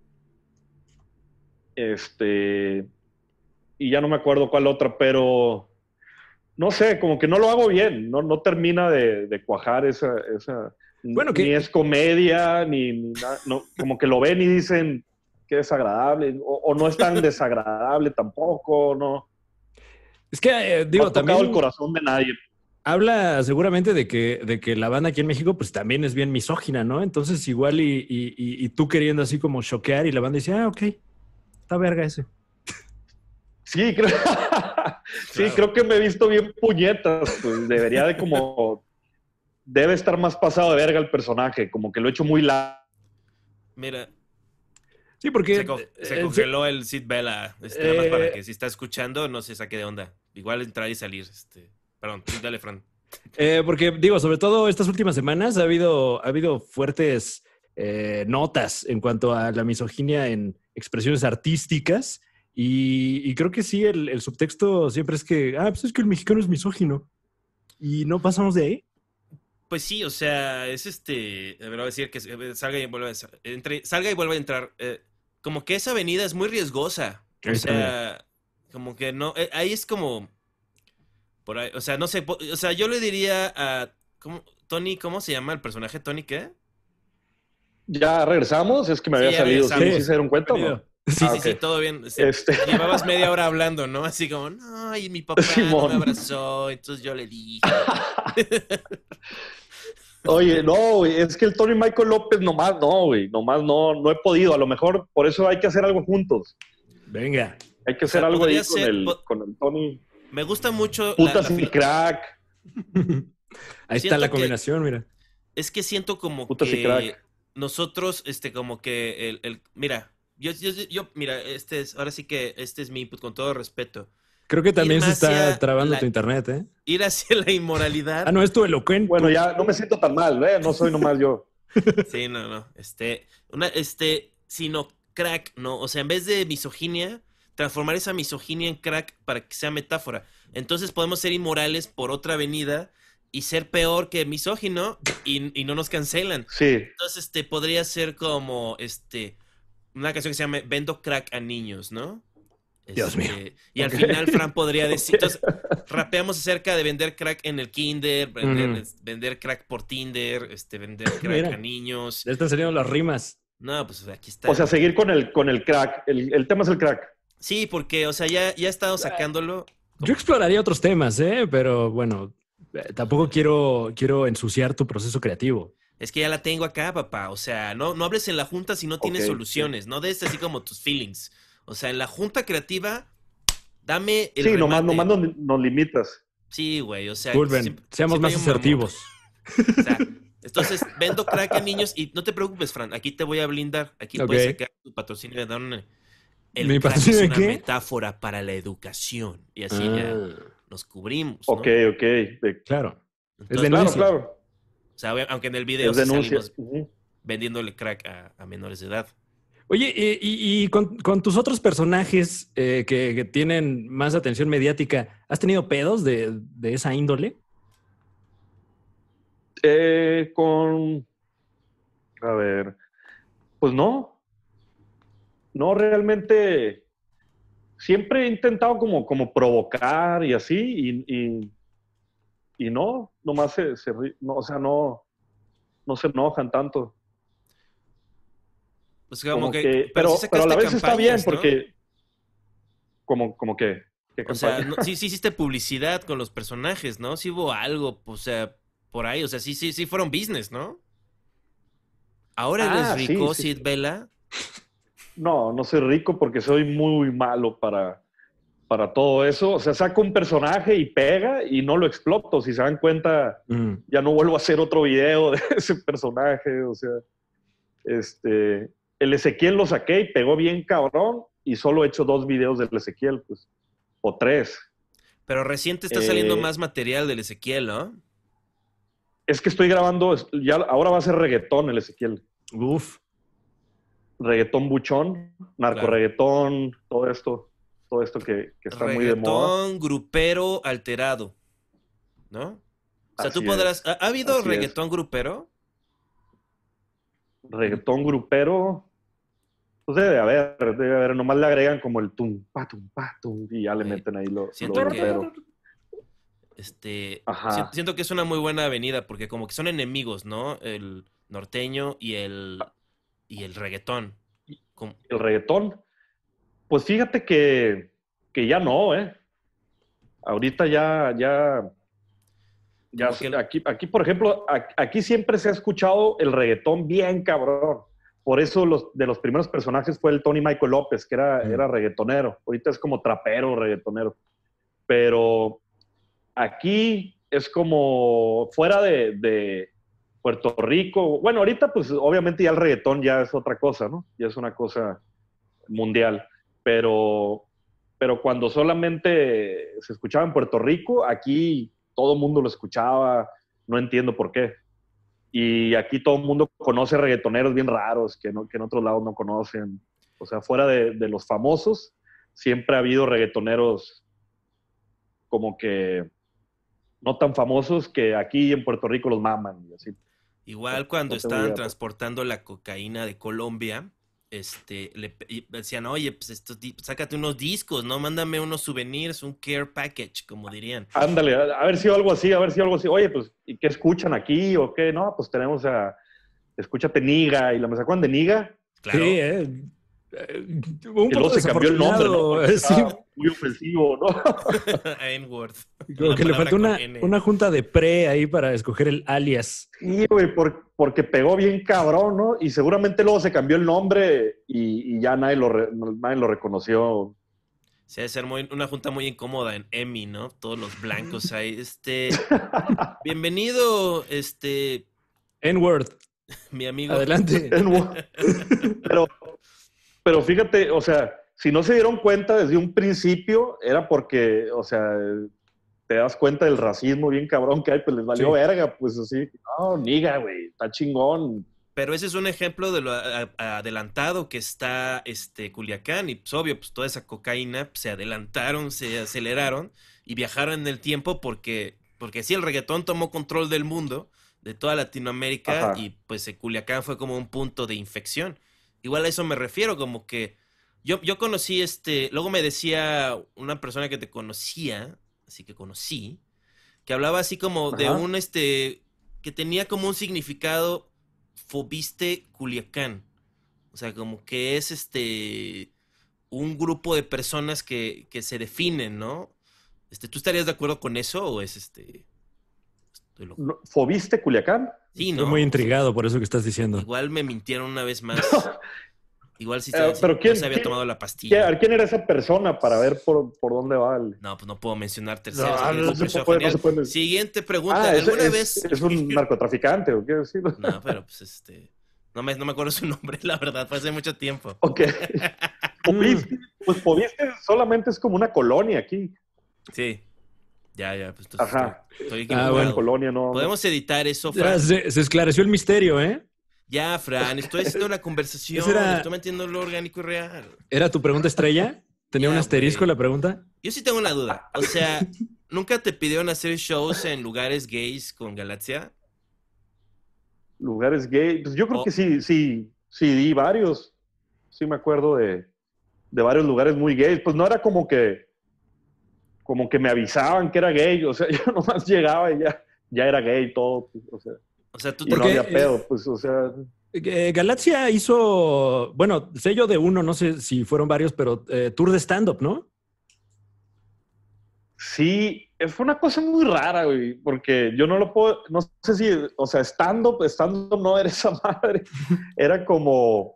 Y ya no me acuerdo cuál otra, pero no sé, como que no lo hago bien. No termina de cuajar esa bueno, ni es comedia, ni nada. No, como que lo ven y dicen que desagradable, o no es tan desagradable tampoco, ¿no? Es que, digo, no ha también... tocado el corazón de nadie. Habla seguramente de que la banda aquí en México pues también es bien misógina, ¿no? Entonces igual y tú queriendo así como choquear y la banda dice, ok, está verga ese. Sí, creo que me he visto bien puñetas, pues debería de como... Debe estar más pasado de verga el personaje, como que lo he hecho muy largo. Mira. Sí, porque... Se congeló el Sid Vela, nada más para que si está escuchando no se saque de onda. Igual entrar y salir, Perdón, dale, Fran. Porque, digo, sobre todo estas últimas semanas ha habido fuertes notas en cuanto a la misoginia en expresiones artísticas y creo que sí, el subtexto siempre es que, pues es que el mexicano es misógino y no pasamos de ahí. Pues sí, o sea, es a ver, voy a decir que salga y vuelva a entrar. Como que esa avenida es muy riesgosa. O sea, como que no, ahí es como... Por ahí, o sea, no sé, o sea, yo le diría a... Tony, ¿cómo se llama el personaje? ¿Tony qué? Ya regresamos, es que me había salido. ¿Sí se dieron cuenta o no? Sí, todo bien. Llevabas media hora hablando, ¿no? Así como, no, y mi papá no me abrazó, entonces yo le dije. Oye, no, güey, es que el Tony Michael López nomás no he podido. A lo mejor por eso hay que hacer algo juntos. Venga. Hay que hacer algo ahí con el Tony. Me gusta mucho... Putas y crack. Ahí está la combinación, mira. Es que siento como putas que y crack. Nosotros, como que mira, yo, mira, ahora sí que este es mi input con todo respeto. Creo que también se está trabando tu internet, ¿eh? Ir hacia la inmoralidad. No es tu elocuente. Bueno, ya no me siento tan mal, ¿eh? No soy nomás yo. Sí, no. Sino crack, ¿no? O sea, en vez de misoginia, transformar esa misoginia en crack para que sea metáfora. Entonces podemos ser inmorales por otra avenida y ser peor que misógino y no nos cancelan. Sí. Entonces, podría ser como, una canción que se llama Vendo crack a niños, ¿no? Dios mío. Y al final Fran podría decir, entonces, rapeamos acerca de vender crack en el kinder, vender crack por Tinder, vender crack a niños. Ya están saliendo las rimas. No, pues aquí está. O sea, seguir con el crack. El tema es el crack. Sí, porque, o sea, ya he estado sacándolo. Yo exploraría otros temas, pero bueno, tampoco quiero ensuciar tu proceso creativo. Es que ya la tengo acá, papá. O sea, no hables en la junta si no tienes soluciones. No des así como tus feelings. O sea, en la junta creativa, dame el remate. Nomás nos limitas. Sí, güey, o sea... Seamos más asertivos. O sea, Entonces, vendo crack a niños y no te preocupes, Fran, aquí te voy a blindar. Aquí puedes sacar tu patrocinio de Danone. El crack es una metáfora para la educación. Y así ya nos cubrimos, ¿no? Ok. Claro. Entonces, claro. O sea, aunque en el video sí salimos vendiéndole crack a menores de edad. Oye, y con tus otros personajes que tienen más atención mediática, ¿has tenido pedos de esa índole? A ver, pues no realmente siempre he intentado como provocar y así y no, nomás no, o sea, no se enojan tanto. Pues pero sí a la vez está bien, ¿no? porque como que o sea, sí hiciste publicidad con los personajes, ¿no? Sí hubo algo, o sea, por ahí, o sea, sí fueron business, ¿no? ¿Ahora eres rico, sí. Sid Vela? No soy rico porque soy muy malo para todo eso. O sea, saco un personaje y pega y no lo exploto. Si se dan cuenta, ya no vuelvo a hacer otro video de ese personaje. O sea, el Ezequiel lo saqué y pegó bien cabrón y solo he hecho 2 videos del Ezequiel, pues, o 3. Pero reciente está saliendo más material del Ezequiel, ¿no? Es que estoy grabando, ahora va a ser reggaetón el Ezequiel. Uf. Reggaetón buchón, narcorreggaetón, todo esto que está muy de moda. Reggaetón grupero alterado, ¿no? O sea, tú podrás... ¿Ha habido reggaetón grupero? Reggaetón grupero, pues debe haber, nomás le agregan como el tum, pa, tum, y ya le meten ahí lo grupero. Siento que es una muy buena avenida porque como que son enemigos, ¿no? El norteño y el reggaetón. El reggaetón, pues fíjate que ya no, ahorita ya aquí, por ejemplo, aquí siempre se ha escuchado el reggaetón bien cabrón. Por eso de los primeros personajes fue el Tony Michael López, que era reggaetonero. Ahorita es como trapero, reggaetonero. Pero aquí es como fuera de Puerto Rico. Bueno, ahorita pues obviamente ya el reggaetón ya es otra cosa, ¿no? Ya es una cosa mundial. Pero cuando solamente se escuchaba en Puerto Rico, aquí todo el mundo lo escuchaba, no entiendo por qué. Y aquí todo el mundo conoce reggaetoneros bien raros que en otros lados no conocen. O sea, fuera de los famosos, siempre ha habido reggaetoneros como que no tan famosos que aquí en Puerto Rico los maman y así. Igual cuando estaban transportando la cocaína de Colombia, le decían, oye, pues sácate unos discos, ¿no? Mándame unos souvenirs, un care package, como dirían. Ándale, a ver si algo así. Oye, pues, ¿y qué escuchan aquí o qué? No, pues tenemos escúchate Niga, y la me sacan de Niga. Claro. Sí, un y luego se cambió el nombre, ¿no? Sí. Muy ofensivo, ¿no? N-word. Como que le faltó una junta de pre ahí para escoger el alias. Sí, güey, porque pegó bien cabrón, ¿no? Y seguramente luego se cambió el nombre y ya nadie lo reconoció. Sí, debe ser una junta muy incómoda en Emmy, ¿no? Todos los blancos ahí. Bienvenido, N-word. Mi amigo. Adelante. Pero fíjate, o sea, si no se dieron cuenta desde un principio, era porque, o sea, te das cuenta del racismo bien cabrón que hay, pues les valió verga, pues así. No, niga, güey, está chingón. Pero ese es un ejemplo de lo adelantado que está Culiacán, y pues obvio, pues toda esa cocaína pues, se adelantaron, se aceleraron y viajaron en el tiempo porque sí, el reggaetón tomó control del mundo, de toda Latinoamérica. Ajá. Y pues Culiacán fue como un punto de infección. Igual a eso me refiero, como que yo conocí luego me decía una persona que te conocía, así que conocí, que hablaba así como de un que tenía como un significado Fobiste Culiacán. O sea, como que es un grupo de personas que se definen, ¿no? ¿Tú estarías de acuerdo con eso o es estoy loco? No, ¿Fobiste Culiacán? Sí, ¿no? Estoy muy intrigado por eso que estás diciendo. Igual me mintieron una vez más. Igual si Pero no se había tomado la pastilla. ¿Quién era esa persona para ver por dónde va el... No, pues no puedo mencionar terceros. No se puede. Siguiente pregunta. ¿Alguna vez? ¿Es un narcotraficante o qué decirlo? No, pero pues no me acuerdo su nombre, la verdad, fue hace mucho tiempo. Ok. Pues Poviste solamente es como una colonia aquí. Sí. Ya, pues estoy equivocado. Bueno, colonia no. Podemos editar eso, Fran. Ya, se esclareció el misterio, ¿eh? Ya, Fran, estoy haciendo la conversación, estoy manteniendo lo orgánico y real. ¿Era tu pregunta estrella? ¿Tenía un asterisco la pregunta? Yo sí tengo una duda. O sea, ¿nunca te pidieron hacer shows en lugares gays con Galaxia? Lugares gays. Pues yo creo que sí, di varios. Sí me acuerdo de varios lugares muy gays. Pues no era como que me avisaban que era gay. O sea, yo nomás llegaba y ya era gay todo. Pues, o sea tú no había pedo, pues, o sea... Galaxia hizo, bueno, sello de uno, no sé si fueron varios, pero tour de stand-up, ¿no? Sí, fue una cosa muy rara, güey, porque yo no lo puedo, no sé si, o sea, stand-up no era esa madre, era como,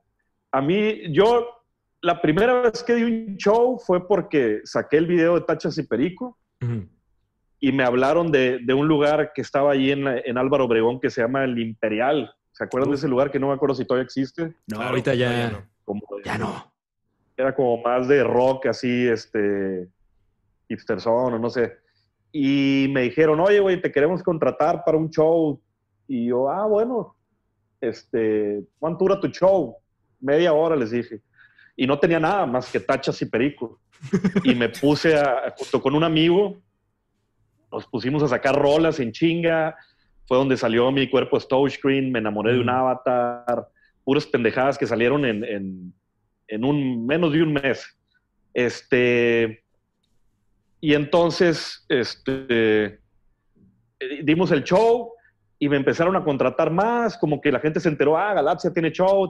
la primera vez que di un show fue porque saqué el video de Tachas y Perico, y me hablaron de un lugar que estaba ahí en Álvaro Obregón que se llama El Imperial. ¿Se acuerdan de ese lugar que no me acuerdo si todavía existe? No, claro, ahorita ya no. Ya no. Era como más de rock, así, hipsterzón o no sé. Y me dijeron, oye, güey, te queremos contratar para un show. Y yo, bueno, ¿cuánto dura tu show? Media hora, les dije. Y no tenía nada más que Tachas y Perico. Y me puse junto con un amigo, nos pusimos a sacar rolas en chinga. Fue donde salió Mi Cuerpo es Touchscreen, Me enamoré de un avatar, puras pendejadas que salieron en menos de un mes. Y entonces dimos el show y me empezaron a contratar más, como que la gente se enteró, Galaxia tiene show,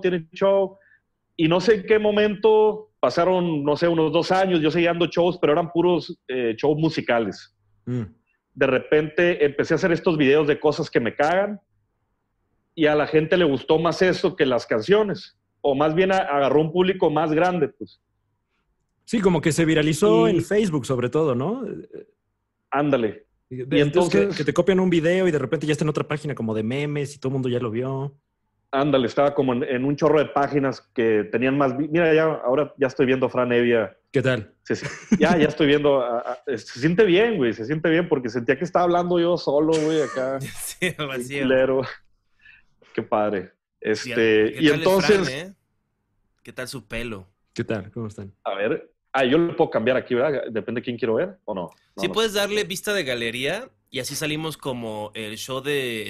y no sé en qué momento pasaron, no sé, unos 2 años, yo seguía dando shows, pero eran puros shows musicales. De repente empecé a hacer estos videos de cosas que me cagan y a la gente le gustó más eso que las canciones, o más bien agarró un público más grande, pues. Sí, como que se viralizó en Facebook sobre todo, ¿no? Ándale. Y entonces que te copian un video y de repente ya está en otra página como de memes y todo el mundo ya lo vio. Ándale, estaba como en un chorro de páginas que tenían más... Mira, ahora ya estoy viendo a Fran Evia. ¿Qué tal? Ya estoy viendo... se siente bien, güey, se siente bien porque sentía que estaba hablando yo solo, güey, acá. Sí, vacío. Culero. Qué padre. ¿Qué y tal entonces... Fran, ¿Qué tal su pelo? ¿Qué tal? ¿Cómo están? A ver... yo lo puedo cambiar aquí, ¿verdad? Depende de quién quiero ver, ¿o no? Sí, puedes darle vista de galería y así salimos como el show de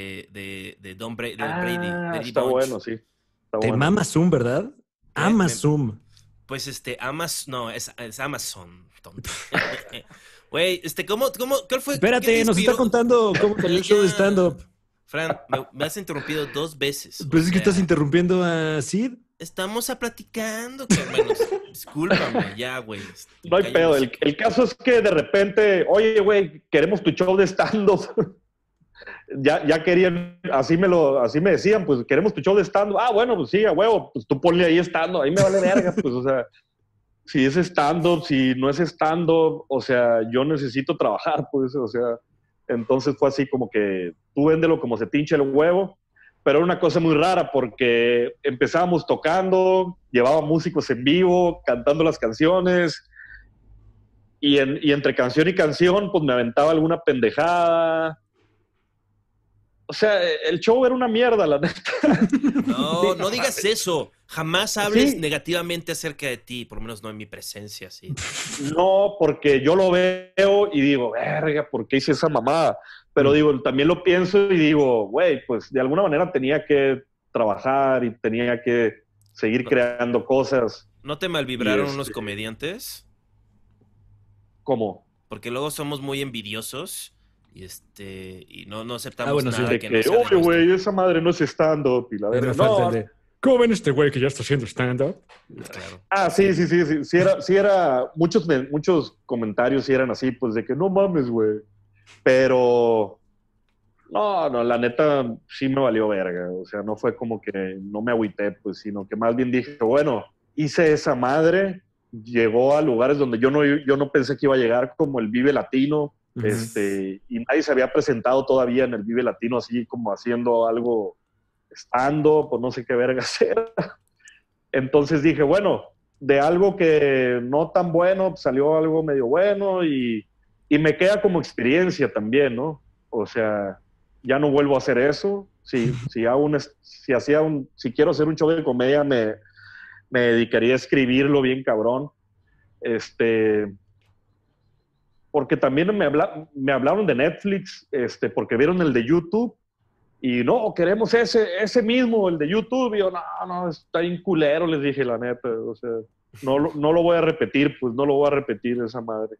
Don Brady. Está bueno, sí. Te mama Zoom, ¿verdad? Ama Zoom. Pues es Amazon, tonto. Güey, ¿cuál fue? Espérate, nos está contando cómo salió el show de stand-up. Fran, me has interrumpido 2 veces. Pues es que estás interrumpiendo a Sid. Estamos platicando, hermanos. Discúlpame, ya, güey. No hay pedo. El caso es que de repente, oye, güey, queremos tu show de stand-up. ya querían, así me decían, pues queremos tu show de stand-up. Bueno, pues sí, a huevo, pues tú ponle ahí stand-up. Ahí me vale verga, pues, o sea, si es stand-up, si no es stand-up, o sea, yo necesito trabajar, pues, o sea, entonces fue así como que tú véndelo como se tinche el huevo. Pero era una cosa muy rara porque empezábamos tocando, llevaba músicos en vivo, cantando las canciones, y entre canción y canción, pues me aventaba alguna pendejada. O sea, el show era una mierda, la neta. No digas eso. Jamás hables negativamente acerca de ti, por lo menos no en mi presencia, sí. No, porque yo lo veo y digo, verga, ¿por qué hice esa mamada? Pero digo, también lo pienso y digo, güey, pues de alguna manera tenía que trabajar y tenía que seguir creando cosas. ¿No te malvibraron unos comediantes? ¿Cómo? Porque luego somos muy envidiosos y no aceptamos nada sí, que no sea oye, güey, esa madre no es stand-up y la verdad. No. ¿Cómo ven este güey que ya está haciendo stand-up? Claro. Sí era muchos comentarios sí eran así, pues de que no mames, güey. Pero No, la neta sí me valió verga. O sea, no fue como que no me agüité, pues, sino que más bien dije, bueno, hice esa madre, llegó a lugares donde yo no pensé que iba a llegar, como el Vive Latino, Ujú. y nadie se había presentado todavía en el Vive Latino así como haciendo algo stand-up, pues no sé qué verga hacer. Entonces dije, bueno, de algo que no tan bueno, pues, salió algo medio bueno y me queda como experiencia también, ¿no? O sea, ya no vuelvo a hacer eso. Si quiero hacer un show de comedia, me dedicaría a escribirlo bien cabrón. Porque también me hablaron de Netflix, porque vieron el de YouTube y no, queremos ese mismo, el de YouTube. Y yo, no, está bien culero, les dije, la neta. O sea, no lo voy a repetir, pues no lo voy a repetir esa madre.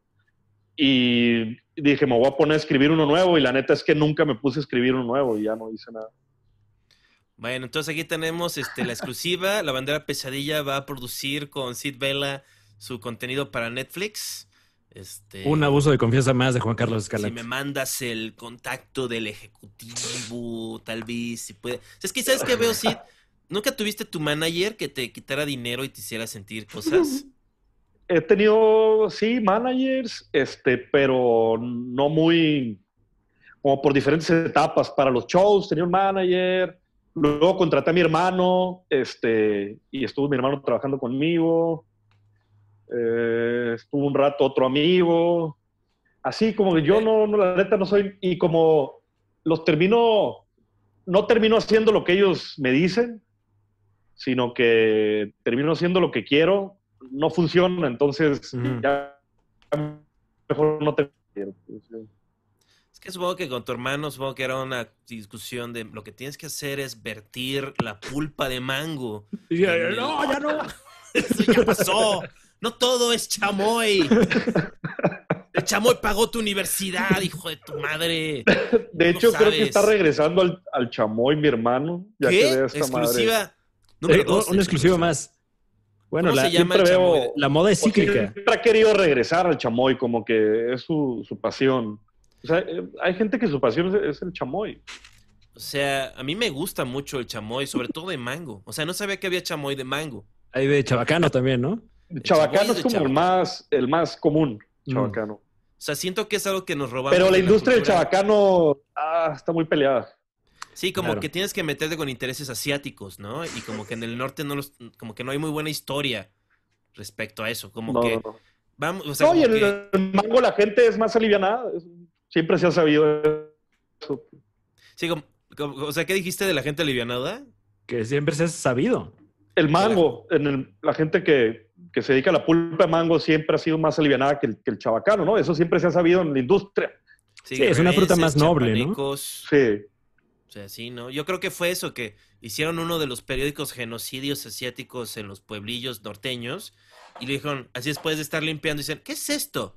Y dije, me voy a poner a escribir uno nuevo. Y la neta es que nunca me puse a escribir uno nuevo y ya no hice nada. Bueno, entonces aquí tenemos la exclusiva. La Bandera Pesadilla va a producir con Sid Vela su contenido para Netflix. Un abuso de confianza más de Juan Carlos Escalante. Si me mandas el contacto del ejecutivo, tal vez, si puede. Es que, ¿sabes qué veo, Sid? ¿Nunca tuviste tu manager que te quitara dinero y te hiciera sentir cosas? He tenido, sí, managers, pero no muy, como por diferentes etapas. Para los shows tenía un manager, luego contraté a mi hermano, y estuvo mi hermano trabajando conmigo. Estuvo un rato otro amigo. Así como que yo no, la neta no soy, y como no termino haciendo lo que ellos me dicen, sino que termino haciendo lo que quiero, no funciona, entonces ya mejor no te quiero. Es que supongo que con tu hermano, supongo que era una discusión de lo que tienes que hacer es vertir la pulpa de mango. No, ya no. Eso ya pasó. No todo es chamoy. El chamoy pagó tu universidad, hijo de tu madre. De hecho, creo que está regresando al chamoy mi hermano. Ya ¿Qué? Que esta Exclusiva. Madre. Número 2. Una exclusiva más. Bueno, ¿Cómo se llama el chamoy? La moda es cíclica. Siempre ha querido regresar al chamoy, como que es su pasión. O sea, hay gente que su pasión es el chamoy. O sea, a mí me gusta mucho el chamoy, sobre todo de mango. O sea, no sabía que había chamoy de mango. Hay de chabacano también, ¿no? El chabacano es como el más común, chabacano. O sea, siento que es algo que nos robamos. Pero la industria del chabacano está muy peleada. Sí, como que tienes que meterte con intereses asiáticos, ¿no? Y como que en el norte como que no hay muy buena historia respecto a eso. Como que vamos, o sea, no, y el mango la gente es más alivianada. Siempre se ha sabido eso. Sí, o sea, ¿qué dijiste de la gente alivianada? Que siempre se ha sabido. El mango, la gente que se dedica a la pulpa de mango siempre ha sido más alivianada que el chabacano, ¿no? Eso siempre se ha sabido en la industria. Sí, es una fruta más noble, ¿no? Sí. O sea, sí, ¿no? Yo creo que fue eso, que hicieron uno de los periódicos genocidios asiáticos en los pueblillos norteños y le dijeron, así después de estar limpiando, dicen, ¿qué es esto?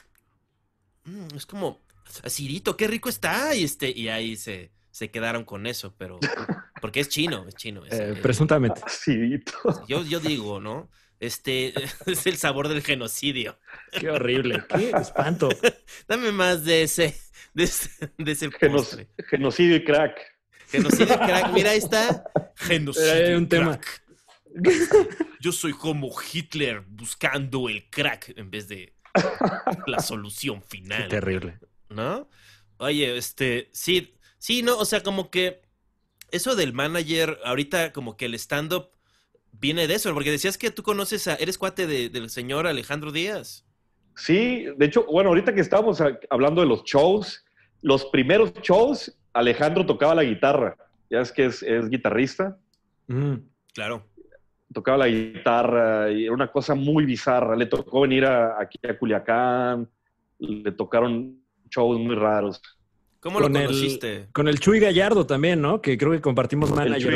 Es como, acidito, qué rico está. Y ahí se quedaron con eso, pero porque es chino. Presuntamente. Acidito. Yo digo, ¿no? Es el sabor del genocidio. Qué horrible, qué espanto. Dame más de ese postre. Genocidio y crack. Genocidio y crack, mira, ahí está. Genocidio y crack. Yo soy como Hitler buscando el crack en vez de la solución final. Qué terrible. ¿No? Oye, sí, no, o sea, como que eso del manager, ahorita como que el stand-up viene de eso, porque decías que tú eres cuate del señor Alejandro Díaz. Sí, de hecho, bueno, ahorita que estábamos hablando de los shows, los primeros shows, Alejandro tocaba la guitarra. Ya es que es guitarrista. Claro. Tocaba la guitarra y era una cosa muy bizarra. Le tocó venir aquí a Culiacán, le tocaron shows muy raros. ¿Cómo lo conociste? Con el Chuy Gallardo también, ¿no? Que creo que compartimos manager. El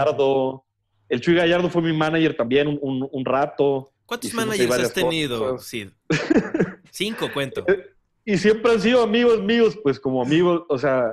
Chuy Gallardo fue mi manager también un rato. ¿Cuántos managers has tenido, Sid? 5, cuento. Y siempre han sido amigos míos, pues como amigos, o sea,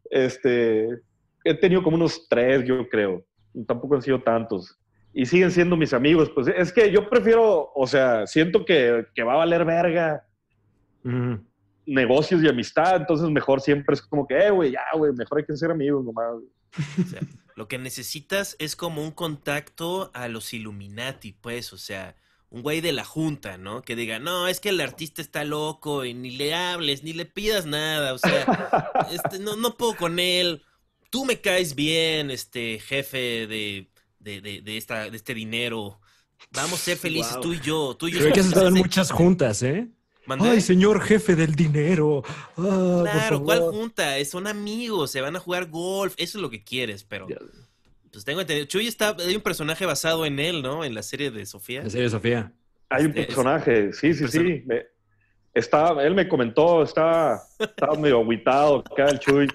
he tenido como unos 3, yo creo. Tampoco han sido tantos. Y siguen siendo mis amigos. Pues es que yo prefiero, o sea, siento que va a valer verga. negocios y amistad, entonces mejor siempre es como que, güey, ya, güey, mejor hay que ser amigos nomás. O sea, lo que necesitas es como un contacto a los Illuminati, pues, o sea, un güey de la junta, ¿no? Que diga, no, es que el artista está loco y ni le hables, ni le pidas nada, o sea, no puedo con él. Tú me caes bien, jefe de este dinero. Vamos a ser felices Wow. tú y yo. Tú y yo Creo que has somos estado en felices de muchas Chile. juntas, ¿eh? ¿Mandé? Ay, señor jefe del dinero. Ah, por Claro, ¿cuál favor. junta? Son amigos, se van a jugar golf, eso es lo que quieres, pero Ya, pues tengo entendido. Chuy hay un personaje basado en él, ¿no? En la serie de Sofía. en serio, Sofía. Hay un Es personaje, sí. person- Él me comentó, estaba medio agüitado acá el Chuy.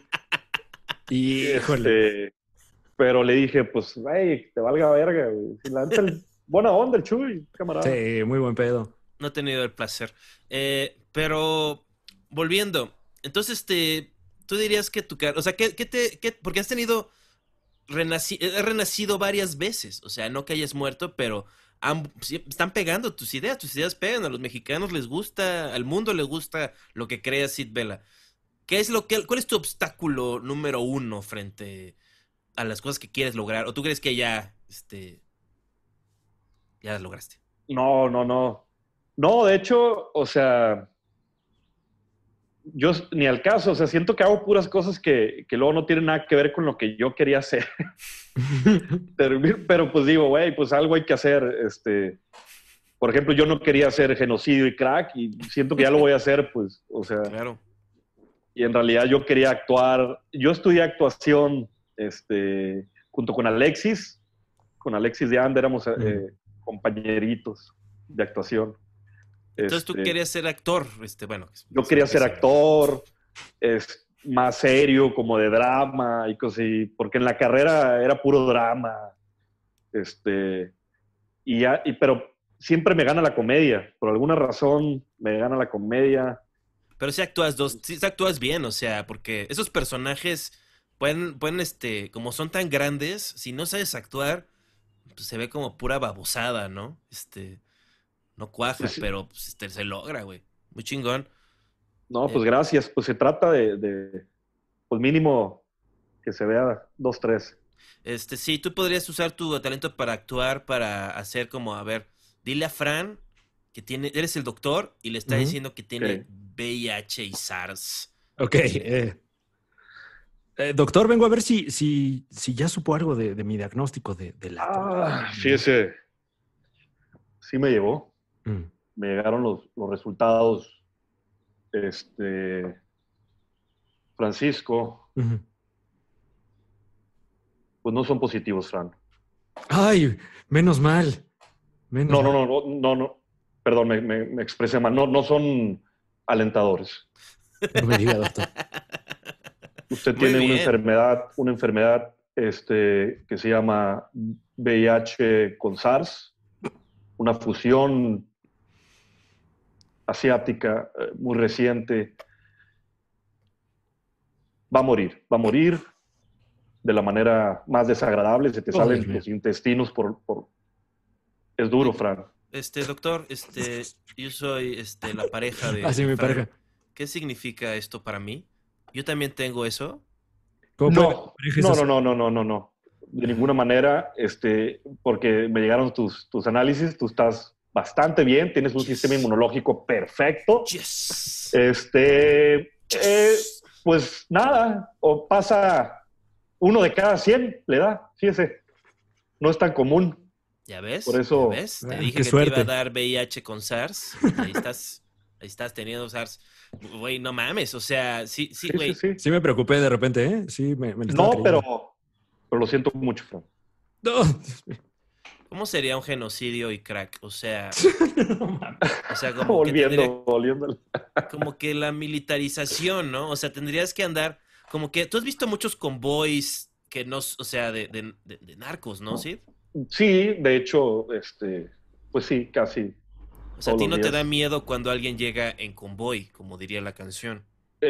Híjole. Pero le dije, pues, güey, te valga verga, güey. Si la neta, buena onda el Chuy, camarada. Sí, muy buen pedo. No he tenido el placer. Pero, volviendo. Entonces, tú dirías que o sea, porque has tenido, has renacido varias veces. O sea, no que hayas muerto, pero sí, están pegando tus ideas pegan. A los mexicanos les gusta, al mundo le gusta lo que crea Sid Vela. ¿Cuál es tu obstáculo número uno frente a las cosas que quieres lograr? ¿O tú crees que ya las lograste? No. No, de hecho, o sea, yo ni al caso, o sea, siento que hago puras cosas que luego no tienen nada que ver con lo que yo quería hacer. Pero pues digo, güey, pues algo hay que hacer. Por ejemplo, yo no quería hacer genocidio y crack y siento que ya lo voy a hacer, pues, o sea, Claro. y en realidad yo quería actuar. Yo estudié actuación, junto con Alexis de Anda, éramos compañeritos de actuación. Entonces tú querías ser actor, bueno. Yo quería ser actor, más serio, como de drama y cosas así, porque en la carrera era puro drama. Pero siempre me gana la comedia. Por alguna razón me gana la comedia. Pero sí actúas bien, o sea, porque esos personajes pueden, como son tan grandes, si no sabes actuar, pues se ve como pura babosada, ¿no? No cuaja, Pues, pero pues, se logra, güey. Muy chingón. no, pues gracias. Pues se trata pues mínimo que se vea 2, 3. Sí, tú podrías usar tu talento para actuar, para hacer como, a ver, dile a Fran que eres el doctor y le está diciendo que tiene VIH y SARS. Ok. Doctor, vengo a ver si ya supo algo de mi diagnóstico de la... Fíjese, sí me llegó. Me llegaron los resultados. Francisco, pues no son positivos, Fran. Ay, menos mal. No. Perdón, me expresé mal. No son alentadores. No me diga, doctor. Usted Muy tiene bien. una enfermedad que se llama VIH con SARS, una fusión asiática muy reciente. Va a morir de la manera más desagradable. Se te salen los intestinos Es duro, Fran. Doctor, yo soy la pareja de Así mi Fran. pareja. ¿Qué significa esto para mí? ¿Yo también tengo eso? No. De ninguna manera, porque me llegaron tus análisis, tú estás bastante bien, tienes un sistema inmunológico perfecto. Yes. Pues nada, o pasa 1 de cada 100, le da, fíjese, no es tan común. ¿Ya ves? Por eso, ¿Ya ves? Te dije qué que suerte. te iba a dar VIH con SARS. Ahí estás teniendo SARS. Güey, no mames, o sea, sí, güey. Sí me preocupé de repente, ¿eh? Sí, me lo estaba No, creyendo. pero lo siento mucho, Fran. No. ¿Cómo sería un genocidio y crack? O sea, como volviendo. Como que la militarización, ¿no? O sea, tendrías que andar, como que, tú has visto muchos convoys que no, o sea, de narcos, ¿no? ¿Sí? Sí, de hecho, pues sí, casi. O sea, a ti no te da miedo cuando alguien llega en convoy, como diría la canción.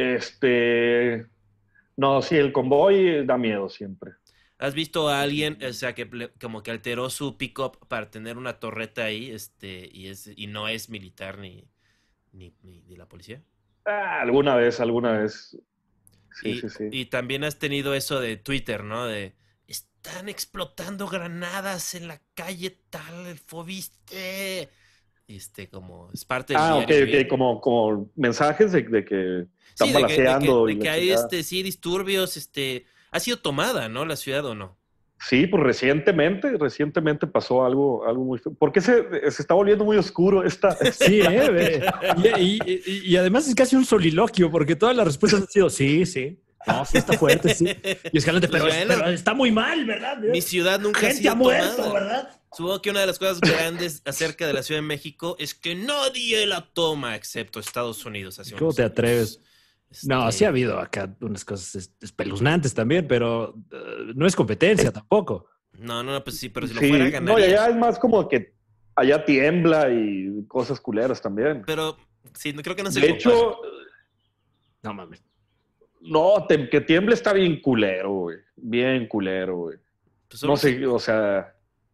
No, sí, el convoy da miedo siempre. ¿Has visto a alguien, o sea, que como que alteró su pick-up para tener una torreta ahí, y no es militar ni de la policía? Alguna vez. Sí, sí. Y también has tenido eso de Twitter, ¿no? De están explotando granadas en la calle tal, ¿viste? Como es parte del Ok, diario vivir. como mensajes de que Sí, están balaceando y de la que hay chingada. sí disturbios, ha sido tomada, ¿no? La ciudad o no. Sí, pues recientemente pasó algo muy feo. ¿Por qué se está volviendo muy oscuro esta Sí, plática? y además es casi un soliloquio, porque todas las respuestas han sido sí, sí. No, sí está fuerte, sí. Y Escalante, Pues pero bueno, está muy mal, ¿verdad? mi ciudad nunca ha Gente ha sido muerto, tomada. ¿verdad? Supongo que una de las cosas grandes acerca de la Ciudad de México es que nadie la toma excepto Estados Unidos hace ¿Cómo unos te años. atreves? No, sí ha habido acá unas cosas espeluznantes también, pero no es competencia tampoco. No, pues sí, pero si lo fuera Sí, no, y allá ganarías. es más como que allá tiembla y cosas culeras también. Pero sí, creo que no se De compara. hecho, No mames. no, que tiemble está bien culero, güey. Bien culero, güey. Pues No solo si sé, o sea,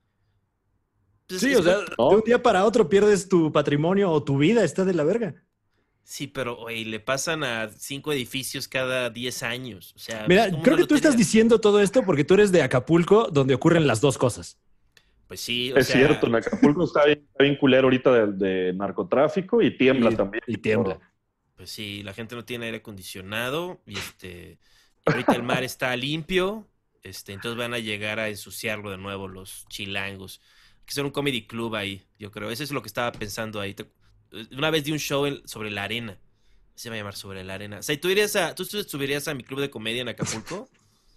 Sí, es o sea, muy de un ¿no? día para otro pierdes tu patrimonio o tu vida, está de la verga. sí, pero oye, le pasan a 5 edificios cada 10 años. O sea, es Mira, como creo una que tú estás lotería. diciendo todo esto porque tú eres de Acapulco, donde ocurren las dos cosas. Pues sí, o Es cierto, sea, en Acapulco está bien culero ahorita de narcotráfico y tiembla también Y y tiembla. todo. pues sí, la gente no tiene aire acondicionado y ahorita el mar está limpio, entonces van a llegar a ensuciarlo de nuevo los chilangos. Hay que ser un comedy club ahí, yo creo. Eso es lo que estaba pensando ahí. Una vez di un show sobre la arena. Se va a llamar sobre la arena. O sea, ¿tú subirías a mi club de comedia en Acapulco?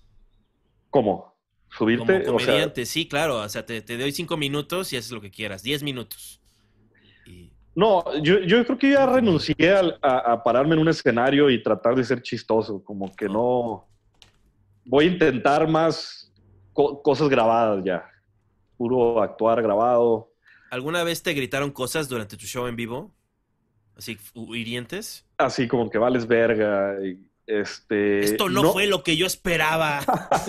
¿Cómo? Como ¿Subirte? O sea, comediante, sí, claro. O sea, te doy 5 minutos y haces lo que quieras. 10 minutos. Y no, yo creo que ya renuncié a pararme en un escenario y tratar de ser chistoso, como que oh. no. Voy a intentar más cosas grabadas ya, puro actuar grabado, ¿Alguna vez te gritaron cosas durante tu show en vivo? Así, hirientes. así como que vales verga. Esto no fue No, lo que yo esperaba.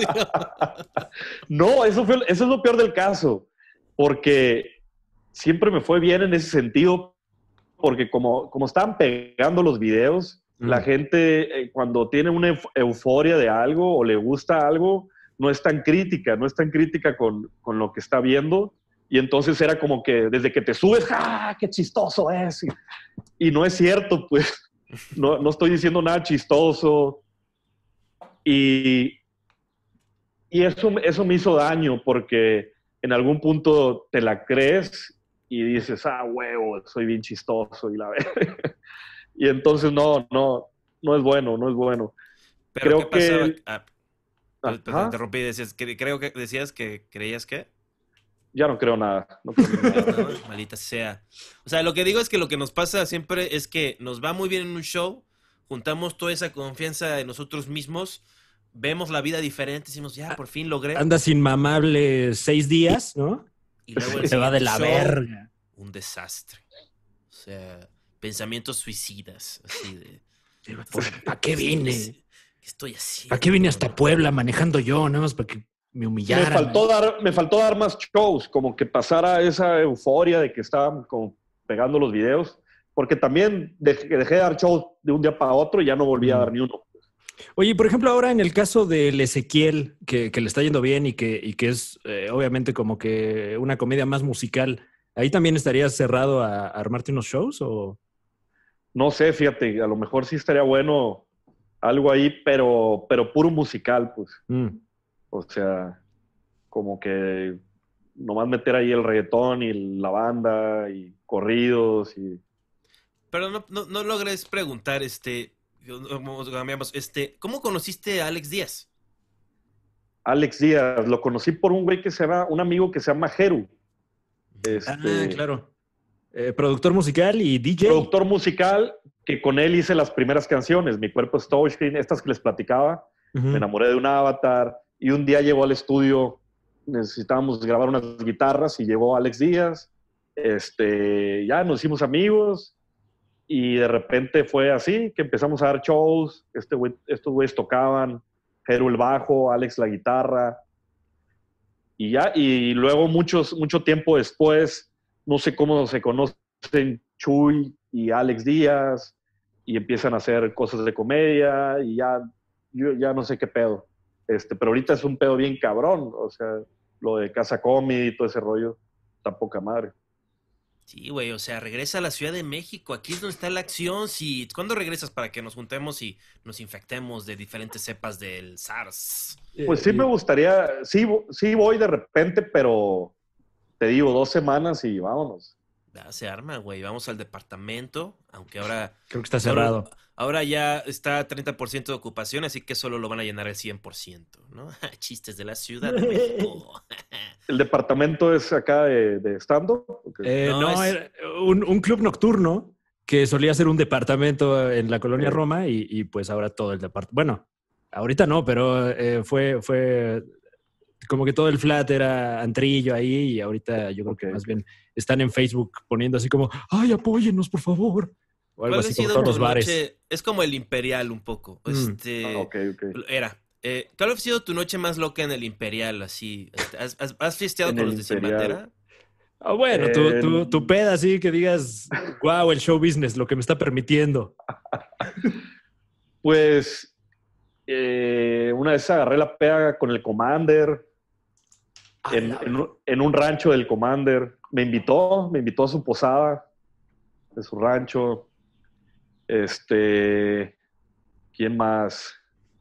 no, eso es lo peor del caso, porque siempre me fue bien en ese sentido, porque como estaban pegando los videos, la Mm. gente cuando tiene una euforia de algo o le gusta algo, no es tan crítica con lo que está viendo. Y entonces era como que desde que te subes, ¡ah, qué chistoso es! Y no es cierto, pues no estoy diciendo nada chistoso. Y, y eso me hizo daño porque en algún punto te la crees y dices, huevo, soy bien chistoso y la ve. Y entonces no es bueno, no es bueno. Pero ¿qué Creo pasaba? que, Pues te ajá, interrumpí. Creo que decías que creías que. ya no creo nada, no creo ¿Crees nada. nada? Maldita sea. O sea, lo que digo es que lo que nos pasa siempre es que nos va muy bien en un show, juntamos toda esa confianza en nosotros mismos, vemos la vida diferente, decimos, ya, por fin logré. Andas inmamable 6 días, ¿no? Y luego el Te va de siguiente la show, verga. un desastre. O sea, pensamientos suicidas, así de, ¿Para qué vine? ¿qué estoy ¿Para qué vine haciendo? hasta Puebla manejando yo? Nada más para que me humillaran. Me faltó dar más shows, como que pasara esa euforia de que estaban como pegando los videos, porque también dejé de dar shows de un día para otro y ya no volví a Mm. dar ni uno. Oye, por ejemplo, ahora en el caso del Ezequiel, que le está yendo bien y que es obviamente como que una comedia más musical, ¿ahí también estarías cerrado a armarte unos shows o...? No sé, fíjate, a lo mejor sí estaría bueno algo ahí, pero puro musical, pues. Mm. O sea, como que nomás meter ahí el reggaetón y la banda y corridos y Pero no logres preguntar, cambiamos, ¿cómo conociste a Alex Díaz? Alex Díaz, lo conocí por un güey un amigo que se llama Jeru, Ah, claro. Productor musical y DJ. productor musical, que con él hice las primeras canciones, Mi cuerpo es touchscreen, estas que les platicaba, me Ujú. enamoré de un avatar y un día llegó al estudio, necesitábamos grabar unas guitarras y llegó Alex Díaz, ya nos hicimos amigos y de repente fue así, que empezamos a dar shows, estos güeyes tocaban, Jeru el bajo, Alex la guitarra, y ya, y luego mucho tiempo después, no sé cómo se conocen Chuy y Alex Díaz, y empiezan a hacer cosas de comedia y ya, yo ya no sé qué pedo. Pero ahorita es un pedo bien cabrón, o sea, lo de Casa Comedy y todo ese rollo, está poca madre. Sí, güey, o sea, regresa a la Ciudad de México, aquí es donde está la acción. Si, ¿cuándo regresas para que nos juntemos y nos infectemos de diferentes cepas del SARS? Pues sí me gustaría, sí voy de repente, pero te digo, 2 semanas y vámonos. Ya se arma, güey, vamos al departamento, aunque ahora... Creo que está cerrado. Ahora ya está a 30% de ocupación, así que solo lo van a llenar el 100%, ¿no? Chistes de la Ciudad de México. ¿El departamento es acá de stand-up? No, era un club nocturno que solía ser un departamento en la colonia Roma y pues ahora todo el departamento. Bueno, ahorita no, pero fue como que todo el flat era antrillo ahí y ahorita yo creo que más bien están en Facebook poniendo así como, ¡ay, apóyennos, por favor! O algo así como todos los bares. Noche? Es como el Imperial un poco. Era. ¿Cuál ha sido tu noche más loca en el Imperial? Así, ¿has fiesteado con los de Sin Bandera? Ah, bueno, tu peda así que digas, wow, el show business, lo que me está permitiendo. Pues una vez agarré la peda con el Commander en un rancho del Commander. Me invitó a su posada de su rancho. ¿Quién más?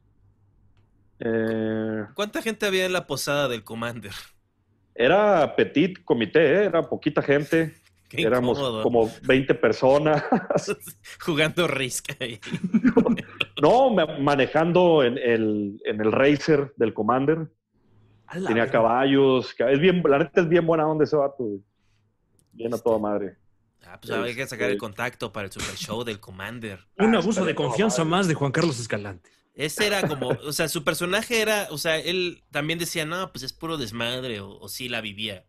¿Cuánta gente había en la posada del Commander? Era petit comité, era poquita gente. Qué éramos incómodo. Como 20 personas. Jugando Risk ahí. No, manejando en el racer del Commander. Tenía caballos. La neta es bien buena onda ese vato. Bien a toda madre. Pues hay que sacar el contacto para el super show del Commander. Un abuso de confianza más de Juan Carlos Escalante. Ese era como, o sea, su personaje era, o sea, él también decía, no, pues es puro desmadre, o sí la vivía.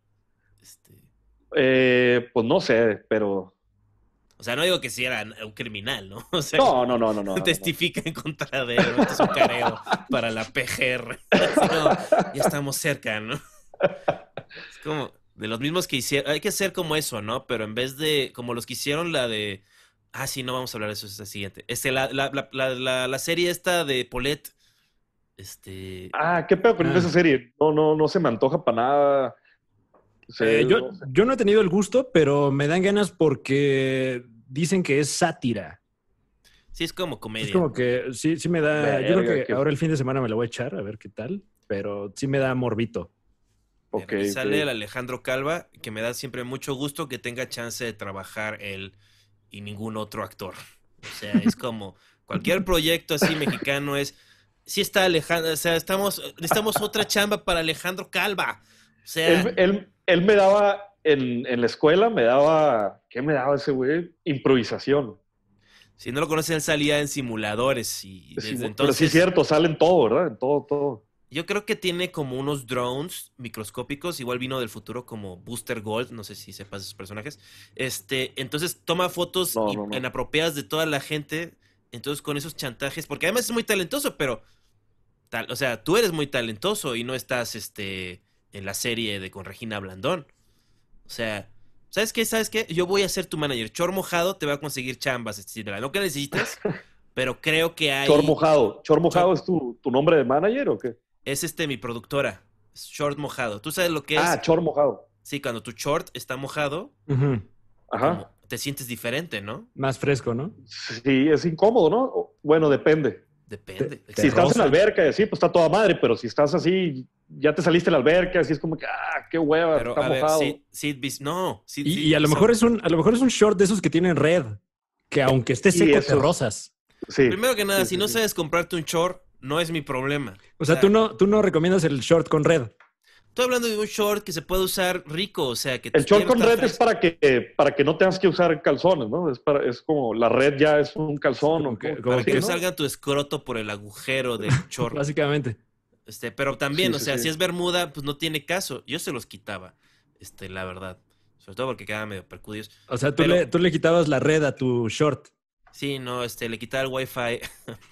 Pues no sé, pero... O sea, no digo que sí era un criminal, ¿no? O sea, no. Testifica en contra de él, ¿no? Esto es un careo para la PGR. No, ya estamos cerca, ¿no? Es como de los mismos que hicieron, hay que hacer como eso, ¿no? Pero en vez de, como los que hicieron la de... Ah, sí, no vamos a hablar de eso, es la siguiente. La serie esta de Paulette. ¿Qué pedo con esa serie? No se me antoja para nada. Yo no he tenido el gusto, pero me dan ganas porque dicen que es sátira. Sí, es como comedia. Es como que sí me da... Yo creo que ahora el fin de semana me la voy a echar, a ver qué tal. Pero sí me da morbito. Sale el Alejandro Calva, que me da siempre mucho gusto que tenga chance de trabajar él y ningún otro actor. O sea, es como cualquier proyecto así mexicano es... Sí está Alejandro, o sea, necesitamos otra chamba para Alejandro Calva. O sea... Él me daba, en la escuela, ¿qué me daba ese güey? Improvisación. Si no lo conocen, él salía en simuladores y desde entonces... Pero sí es cierto, sale en todo, ¿verdad? En todo. Yo creo que tiene como unos drones microscópicos, igual vino del futuro como Booster Gold, no sé si sepas esos personajes. Entonces toma fotos inapropiadas de toda la gente, entonces con esos chantajes, porque además es muy talentoso, pero o sea, tú eres muy talentoso y no estás en la serie de con Regina Blandón. O sea, ¿sabes qué? Yo voy a ser tu manager. Chor Mojado te va a conseguir chambas, etcétera. No que necesites, pero creo que hay... Chor Mojado ¿es tu nombre de manager o qué? Es mi productora. Es Short Mojado. ¿Tú sabes lo que es? Chor Mojado. Sí, cuando tu short está mojado, Ajá. Te sientes diferente, ¿no? Más fresco, ¿no? Sí, es incómodo, ¿no? Bueno, depende. Depende. Si estás en la alberca y así, pues está toda madre, pero si estás así, ya te saliste de la alberca, así es como que, qué hueva, pero, está mojado. Y a lo mejor es un short de esos que tienen red, que aunque esté seco te rozas. Sí. Primero que nada, si no sabes comprarte un short, no es mi problema. O sea, tú no recomiendas el short con red. Estoy hablando de un short que se puede usar rico, o sea, que... El short con red es para que no tengas que usar calzones, ¿no? Es como la red ya es un calzón. Para que no salga tu escroto por el agujero del short. Básicamente. Pero también, si es bermuda, pues no tiene caso. Yo se los quitaba, la verdad. Sobre todo porque quedaban medio percudidos. O sea, tú le quitabas la red a tu short. Sí, no, le quitaba el wifi.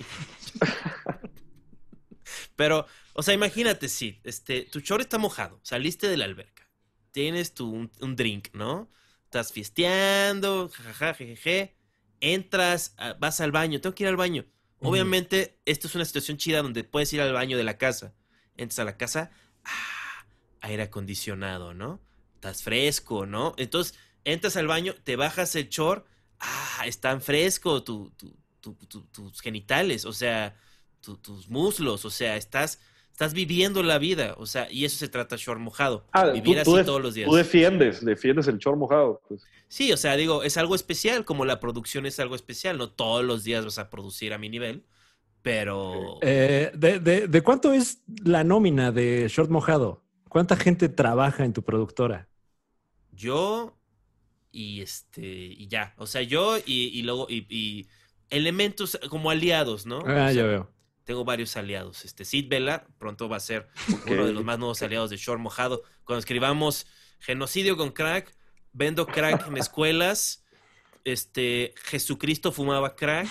Pero, o sea, imagínate, sí, tu short está mojado, saliste de la alberca, tienes un drink, ¿no? Estás fiesteando, jajaja, jejeje, entras, vas al baño, tengo que ir al baño. Obviamente, esto es una situación chida donde puedes ir al baño de la casa. Entras a la casa, aire acondicionado, ¿no? Estás fresco, ¿no? Entonces, entras al baño, te bajas el short, están frescos tus genitales, o sea, tus muslos, o sea, estás viviendo la vida, o sea, y eso se trata short mojado. Vivir así todos los días. Tú defiendes el short mojado. Pues. Sí, o sea, digo, es algo especial, como la producción es algo especial, no todos los días vas a producir a mi nivel, pero... ¿De cuánto es la nómina de short mojado? ¿Cuánta gente trabaja en tu productora? Yo y ya, o sea, yo y luego y elementos como aliados, ¿no? Ya veo. Tengo varios aliados. Sid Vela pronto va a ser uno de los más nuevos aliados de short mojado. Cuando escribamos genocidio con crack, vendo crack en escuelas, Jesucristo fumaba crack.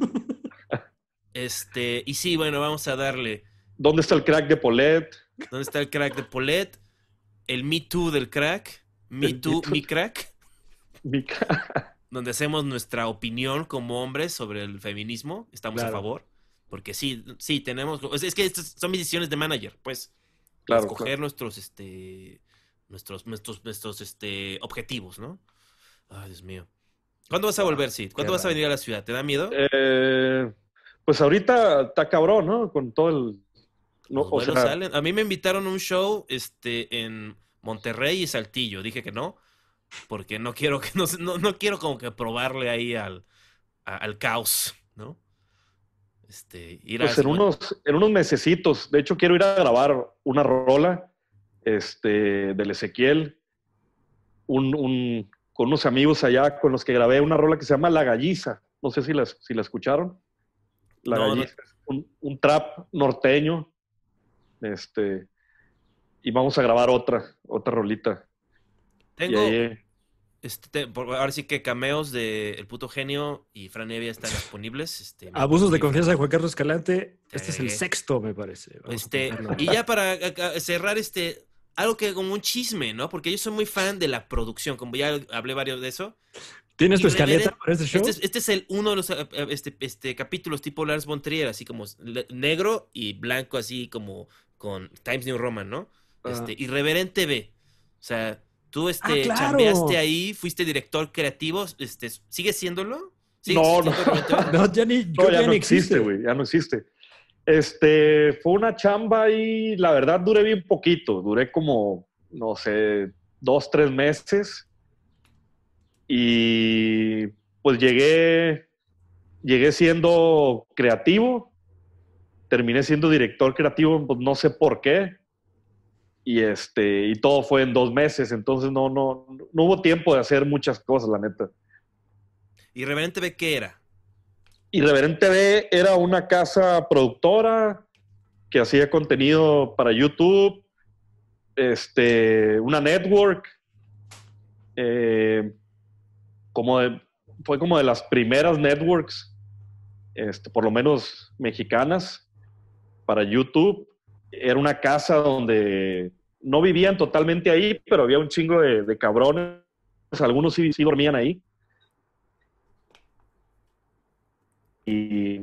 Y sí, bueno, vamos a darle. ¿Dónde está el crack de Polet? ¿Dónde está el crack de Polet? El Me Too del crack. Me Too, mi crack. Mi crack. Donde hacemos nuestra opinión como hombres sobre el feminismo. Estamos a favor. Porque sí, tenemos... Es que estas son mis decisiones de manager, pues. Escoger nuestros objetivos, ¿no? Ay, Dios mío. ¿Cuándo vas a volver, Sid? ¿Cuándo vas a venir a la ciudad? ¿Te da miedo? Pues ahorita está cabrón, ¿no? Con todo el... No, los vuelos salen. A mí me invitaron a un show en Monterrey y Saltillo. Dije que no, porque no quiero no quiero como que probarle ahí al caos, ¿no? Pues en unos mesecitos. De hecho, quiero ir a grabar una rola del Ezequiel. Con unos amigos allá con los que grabé una rola que se llama La Galliza. No sé si la escucharon. La Galliza es un trap norteño. Y vamos a grabar otra rolita. Tengo... ahora sí que cameos de El Puto Genio y Fran Evia están disponibles. Abusos de confianza de Juan Carlos Escalante. Este es el sexto, me parece. Y ya para cerrar algo que como un chisme, ¿no? Porque yo soy muy fan de la producción, como ya hablé varios de eso. ¿Tienes tu escaleta para este show? Este es uno de los capítulos tipo Lars von Trier, así como negro y blanco, así como con Times New Roman, ¿no? Irreverente B. O sea, tú claro. chambeaste ahí, fuiste director creativo, ¿sigues siéndolo? No, ya no existe, güey, ya no existe. Fue una chamba y la verdad duré bien poquito, duré como, no sé, 2-3 meses y pues llegué siendo creativo, terminé siendo director creativo, pues no sé por qué. Y todo fue en 2 meses, entonces no hubo tiempo de hacer muchas cosas, la neta. ¿Irreverente B qué era? Irreverente B era una casa productora que hacía contenido para YouTube, una network, fue como de las primeras networks, por lo menos mexicanas, para YouTube. Era una casa donde no vivían totalmente ahí, pero había un chingo de cabrones. Algunos sí dormían ahí. Y...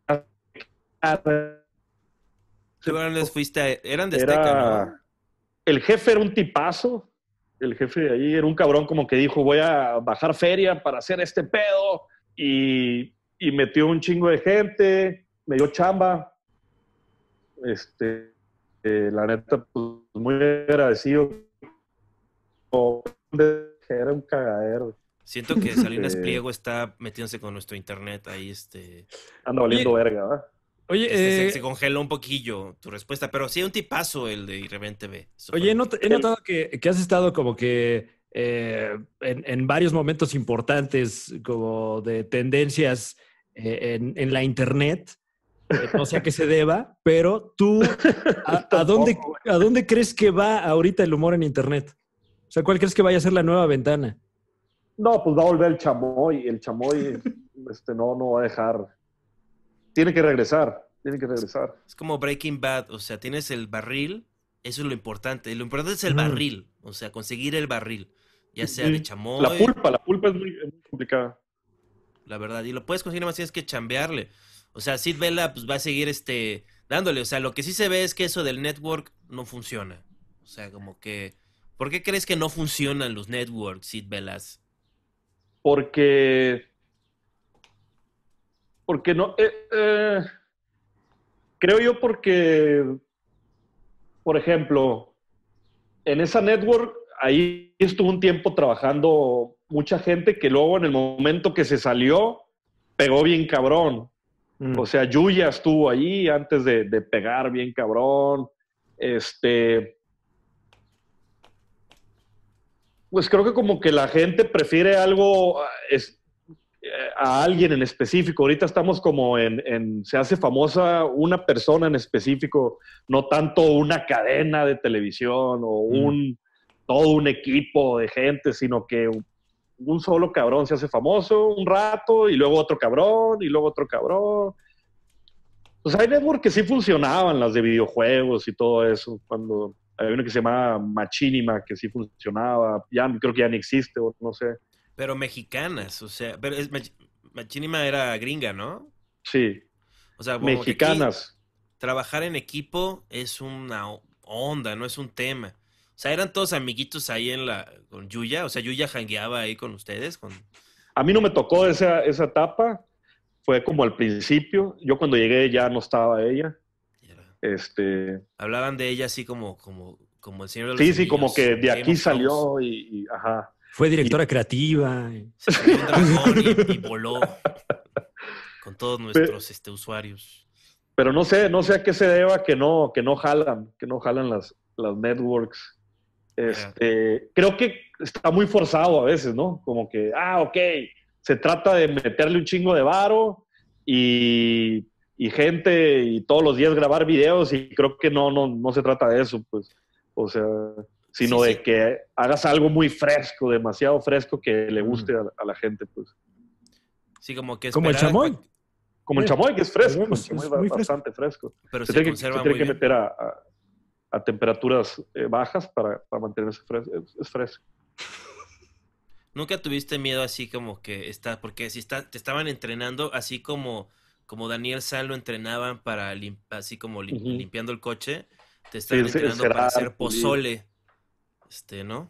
les fuiste? Eran de Azteca, ¿no? El jefe era un tipazo. El jefe de ahí era un cabrón como que dijo, voy a bajar feria para hacer este pedo. Y metió un chingo de gente. Me dio chamba. La neta, pues muy agradecido. Era un cagadero. Siento que Salinas Pliego está metiéndose con nuestro internet ahí, Anda valiendo verga, ¿verdad? Oye, se congeló un poquillo tu respuesta, pero sí un tipazo el de Irreverente B. Oye, he notado que has estado como que en varios momentos importantes como de tendencias en la internet. No sé a qué se deba, pero tú, ¿a dónde crees que va ahorita el humor en internet? O sea, ¿cuál crees que vaya a ser la nueva ventana? No, pues va a volver el chamoy. El chamoy no va a dejar. Tiene que regresar. Es como Breaking Bad, o sea, tienes el barril, eso es lo importante. Lo importante es el barril, o sea, conseguir el barril, ya sea de chamoy. La pulpa es muy complicada. la verdad. Y lo puedes conseguir, más tienes que chambearle. O sea, Sid Vela pues va a seguir dándole. O sea, lo que sí se ve es que eso del network no funciona. O sea, como que... ¿Por qué crees que no funcionan los networks, Sid Velas? Porque no, creo yo porque, por ejemplo, en esa network, ahí estuvo un tiempo trabajando mucha gente que luego en el momento que se salió, pegó bien cabrón. O sea, Yuya estuvo ahí antes de pegar bien cabrón. Pues creo que como que la gente prefiere algo a alguien en específico. Ahorita estamos como se hace famosa una persona en específico, no tanto una cadena de televisión o todo un equipo de gente, sino que un solo cabrón se hace famoso un rato y luego otro cabrón y luego otro cabrón. Pues hay network que sí funcionaban, las de videojuegos y todo eso. Cuando hay una que se llama Machinima, que sí funcionaba. Ya creo que ya ni existe, o no sé. Pero mexicanas, o sea, pero Machinima era gringa, ¿no? Sí. O sea, como mexicanas. Trabajar en equipo es una onda, no es un tema. O sea, eran todos amiguitos ahí con Yuya. O sea, Yuya jangueaba ahí con ustedes. A mí no me tocó esa etapa. Fue como al principio. Yo cuando llegué ya no estaba ella. Hablaban de ella así como el señor de los Sí, como que de aquí salió y ajá. Fue directora creativa. Se subió un dragón y voló con todos nuestros usuarios. Pero no sé a qué se deba que no jalan las networks. Creo que está muy forzado a veces, ¿no? Como que, ok, se trata de meterle un chingo de varo y gente y todos los días grabar videos y creo que no se trata de eso, pues. O sea, sino de que hagas algo muy fresco, demasiado fresco que le guste a la gente, pues. Sí, como que como el chamoy. Como el chamoy, que es fresco. Es muy bastante fresco. Pero se tiene que meter a temperaturas bajas para mantenerse fresco. Es fresco. ¿Nunca tuviste miedo así como que porque si te estaban entrenando así como Daniel San lo entrenaban para así como limpiando el coche, te estaban entrenando para hacer pozole, ¿no?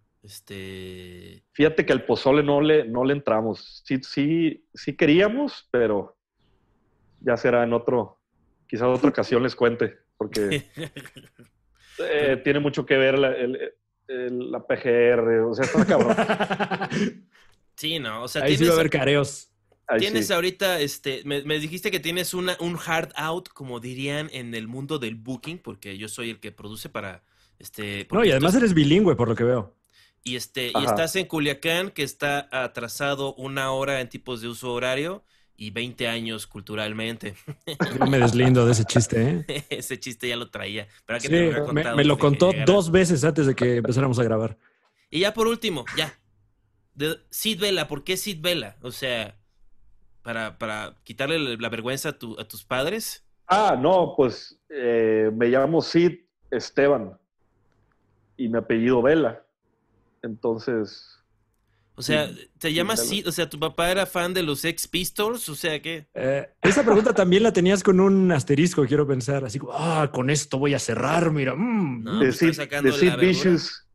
Fíjate que al pozole no le entramos. Sí queríamos, pero ya será quizás otra ocasión les cuente, porque tiene mucho que ver la PGR, o sea, está cabrón. Sí, no, o sea, ahí sí va a haber careos. Tienes ahorita, me dijiste que tienes un hard out, como dirían en el mundo del booking, porque yo soy el que produce para, No, y además eres bilingüe, por lo que veo. Y estás en Culiacán, que está atrasado 1 hora en tipos de uso horario y 20 años culturalmente. Yo me deslindo de ese chiste, ¿eh? Ese chiste ya lo traía. ¿Para qué sí, te lo había contado me lo contó 2 veces antes de que empezáramos a grabar. Y ya por último, Sid Vela, ¿por qué Sid Vela? O sea, para quitarle la vergüenza a tus padres. No, pues me llamo Sid Esteban y mi apellido Vela. Entonces... O sea, ¿te llamas Sid? O sea, ¿tu papá era fan de los Sex Pistols? O sea, ¿qué? Esa pregunta también la tenías con un asterisco, quiero pensar. Así como, con esto voy a cerrar, mira. No, de Sid Vicious.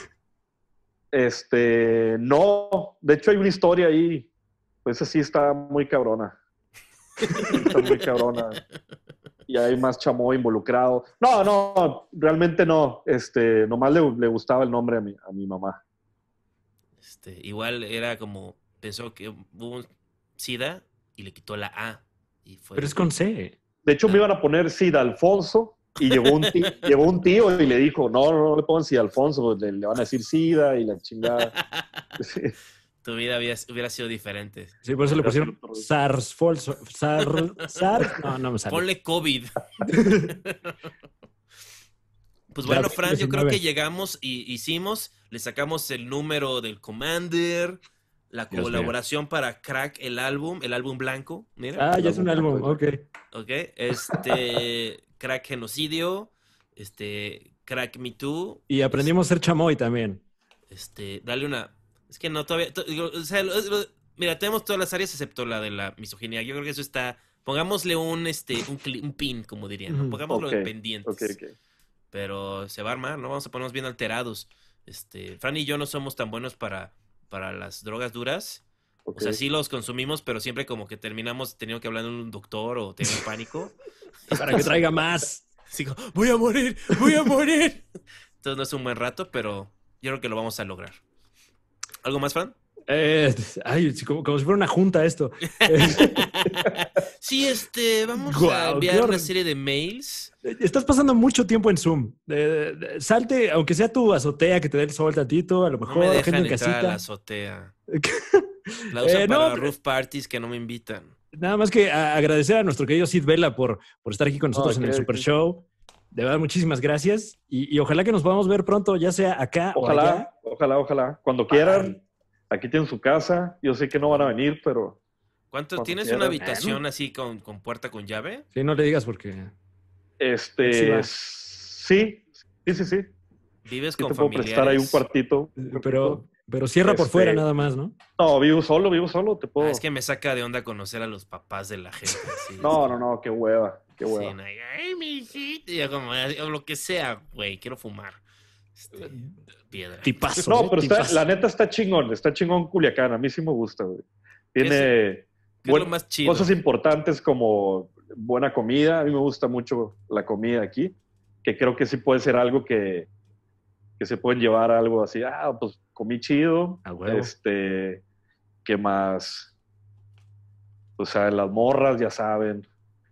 No, de hecho hay una historia ahí. Pues así está muy cabrona. Está muy cabrona. Y hay más chamoy involucrado. No, realmente no. Nomás le gustaba el nombre a mi mamá. Igual era como, pensó que hubo un SIDA y le quitó la A. Pero es con C. De hecho, me iban a poner Sida Alfonso y llegó un tío y le dijo, no le pongan Sida Alfonso, le van a decir Sida y la chingada. Sí. Tu vida hubiera sido diferente. Sí, por eso le pusieron SARS-Folso. No me sale. Ponle COVID. Pues bueno, Fran, yo creo que llegamos y le sacamos el número del Commander, la colaboración para Crack, el álbum blanco. Mira. Ya es un álbum, ok. Ok, Crack Genocidio, Crack Me Too. Y aprendimos a ser chamoy también. Dale una... Es que no, todavía... o sea, Mira, tenemos todas las áreas excepto la de la misoginia. Yo creo que eso está... Pongámosle un pin, como dirían, ¿no? Pongámoslo en pendientes. Okay. Pero se va a armar, ¿no? Vamos a ponernos bien alterados. Fran y yo no somos tan buenos para las drogas duras. O sea, sí los consumimos, pero siempre como que terminamos teniendo que hablar de un doctor o tener pánico. Para que traiga más. Así como, voy a morir. Entonces no es un buen rato, pero yo creo que lo vamos a lograr. ¿Algo más, Fran? Como si fuera una junta esto. Sí, vamos a enviar una serie de mails. Estás pasando mucho tiempo en Zoom. Salte, aunque sea tu azotea, que te dé el sol tantito, a lo mejor No me dejan gente en entrar casita. a la azotea. La usan para roof parties que no me invitan. Nada más que agradecer a nuestro querido Sid Vela por estar aquí con nosotros en el Super Show. De verdad, muchísimas gracias. Y ojalá que nos podamos ver pronto, ya sea acá o allá. Ojalá. Cuando quieran, aquí tienen su casa. Yo sé que no van a venir, pero... ¿Cuánto tienes quieran? Una habitación así con puerta con llave? Sí, no le digas porque... Sí. ¿Vives sí con te familiares? Puedo prestar ahí un cuartito. Pero cierra por fuera nada más, ¿no? No, vivo solo, te puedo... Es que me saca de onda conocer a los papás de la gente. Así, no, qué hueva. Sí, no, ay, mi hijita, y como, o lo que sea, güey, quiero fumar. Piedra. Tipazo. No, pero la neta está chingón Culiacán, a mí sí me gusta, güey. Tiene más chido? Cosas importantes como buena comida, a mí me gusta mucho la comida aquí, que creo que sí puede ser algo que se pueden llevar algo así, pues comí chido, ¿qué más? O sea, las morras, ya saben,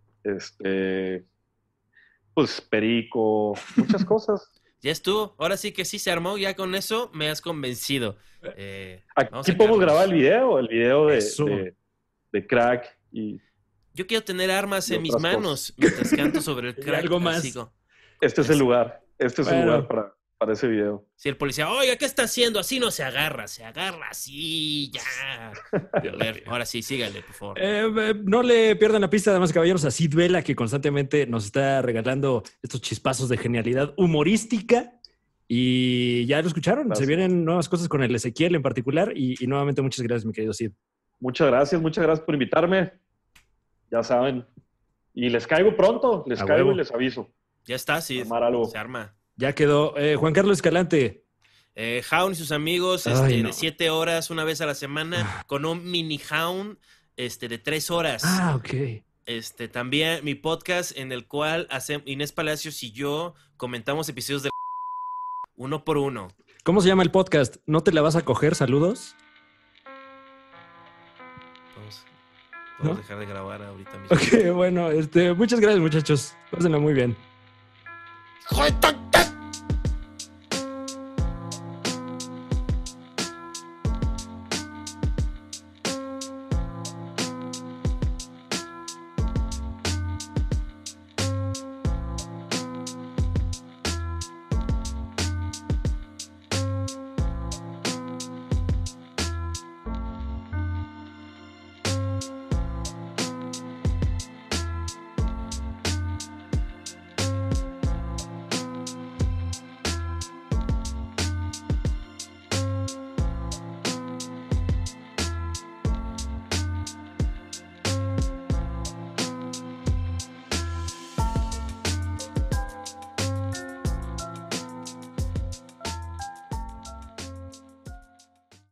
pues perico, muchas cosas. Ya estuvo, ahora sí que sí se armó, ya con eso me has convencido. Aquí podemos grabar el video de crack y... Yo quiero tener armas en mis manos mientras canto sobre el crack. Algo más. Este es el lugar, el lugar para ese video. Si el policía, oiga, ¿qué está haciendo? Así no se agarra así, ya. A ver, ahora sí, sígale, por favor. No le pierdan la pista, damas y caballeros, a Sid Vela, que constantemente nos está regalando estos chispazos de genialidad humorística. Y ya lo escucharon, gracias. Se vienen nuevas cosas con el Ezequiel en particular. Y nuevamente, muchas gracias, mi querido Sid. Muchas gracias por invitarme. Ya saben. Y les caigo pronto, y les aviso. Ya está, Sid. Se arma. Ya quedó. Juan Carlos Escalante. Hound y sus amigos, de 7 horas una vez a la semana, con un mini Hound de 3 horas. Ok. También mi podcast en el cual Inés Palacios y yo comentamos episodios de uno por uno. ¿Cómo se llama el podcast? ¿No te la vas a coger? Saludos. Vamos a dejar de grabar ahorita mismo. Ok, bueno, muchas gracias, muchachos. Pásenla muy bien. ¡Joder!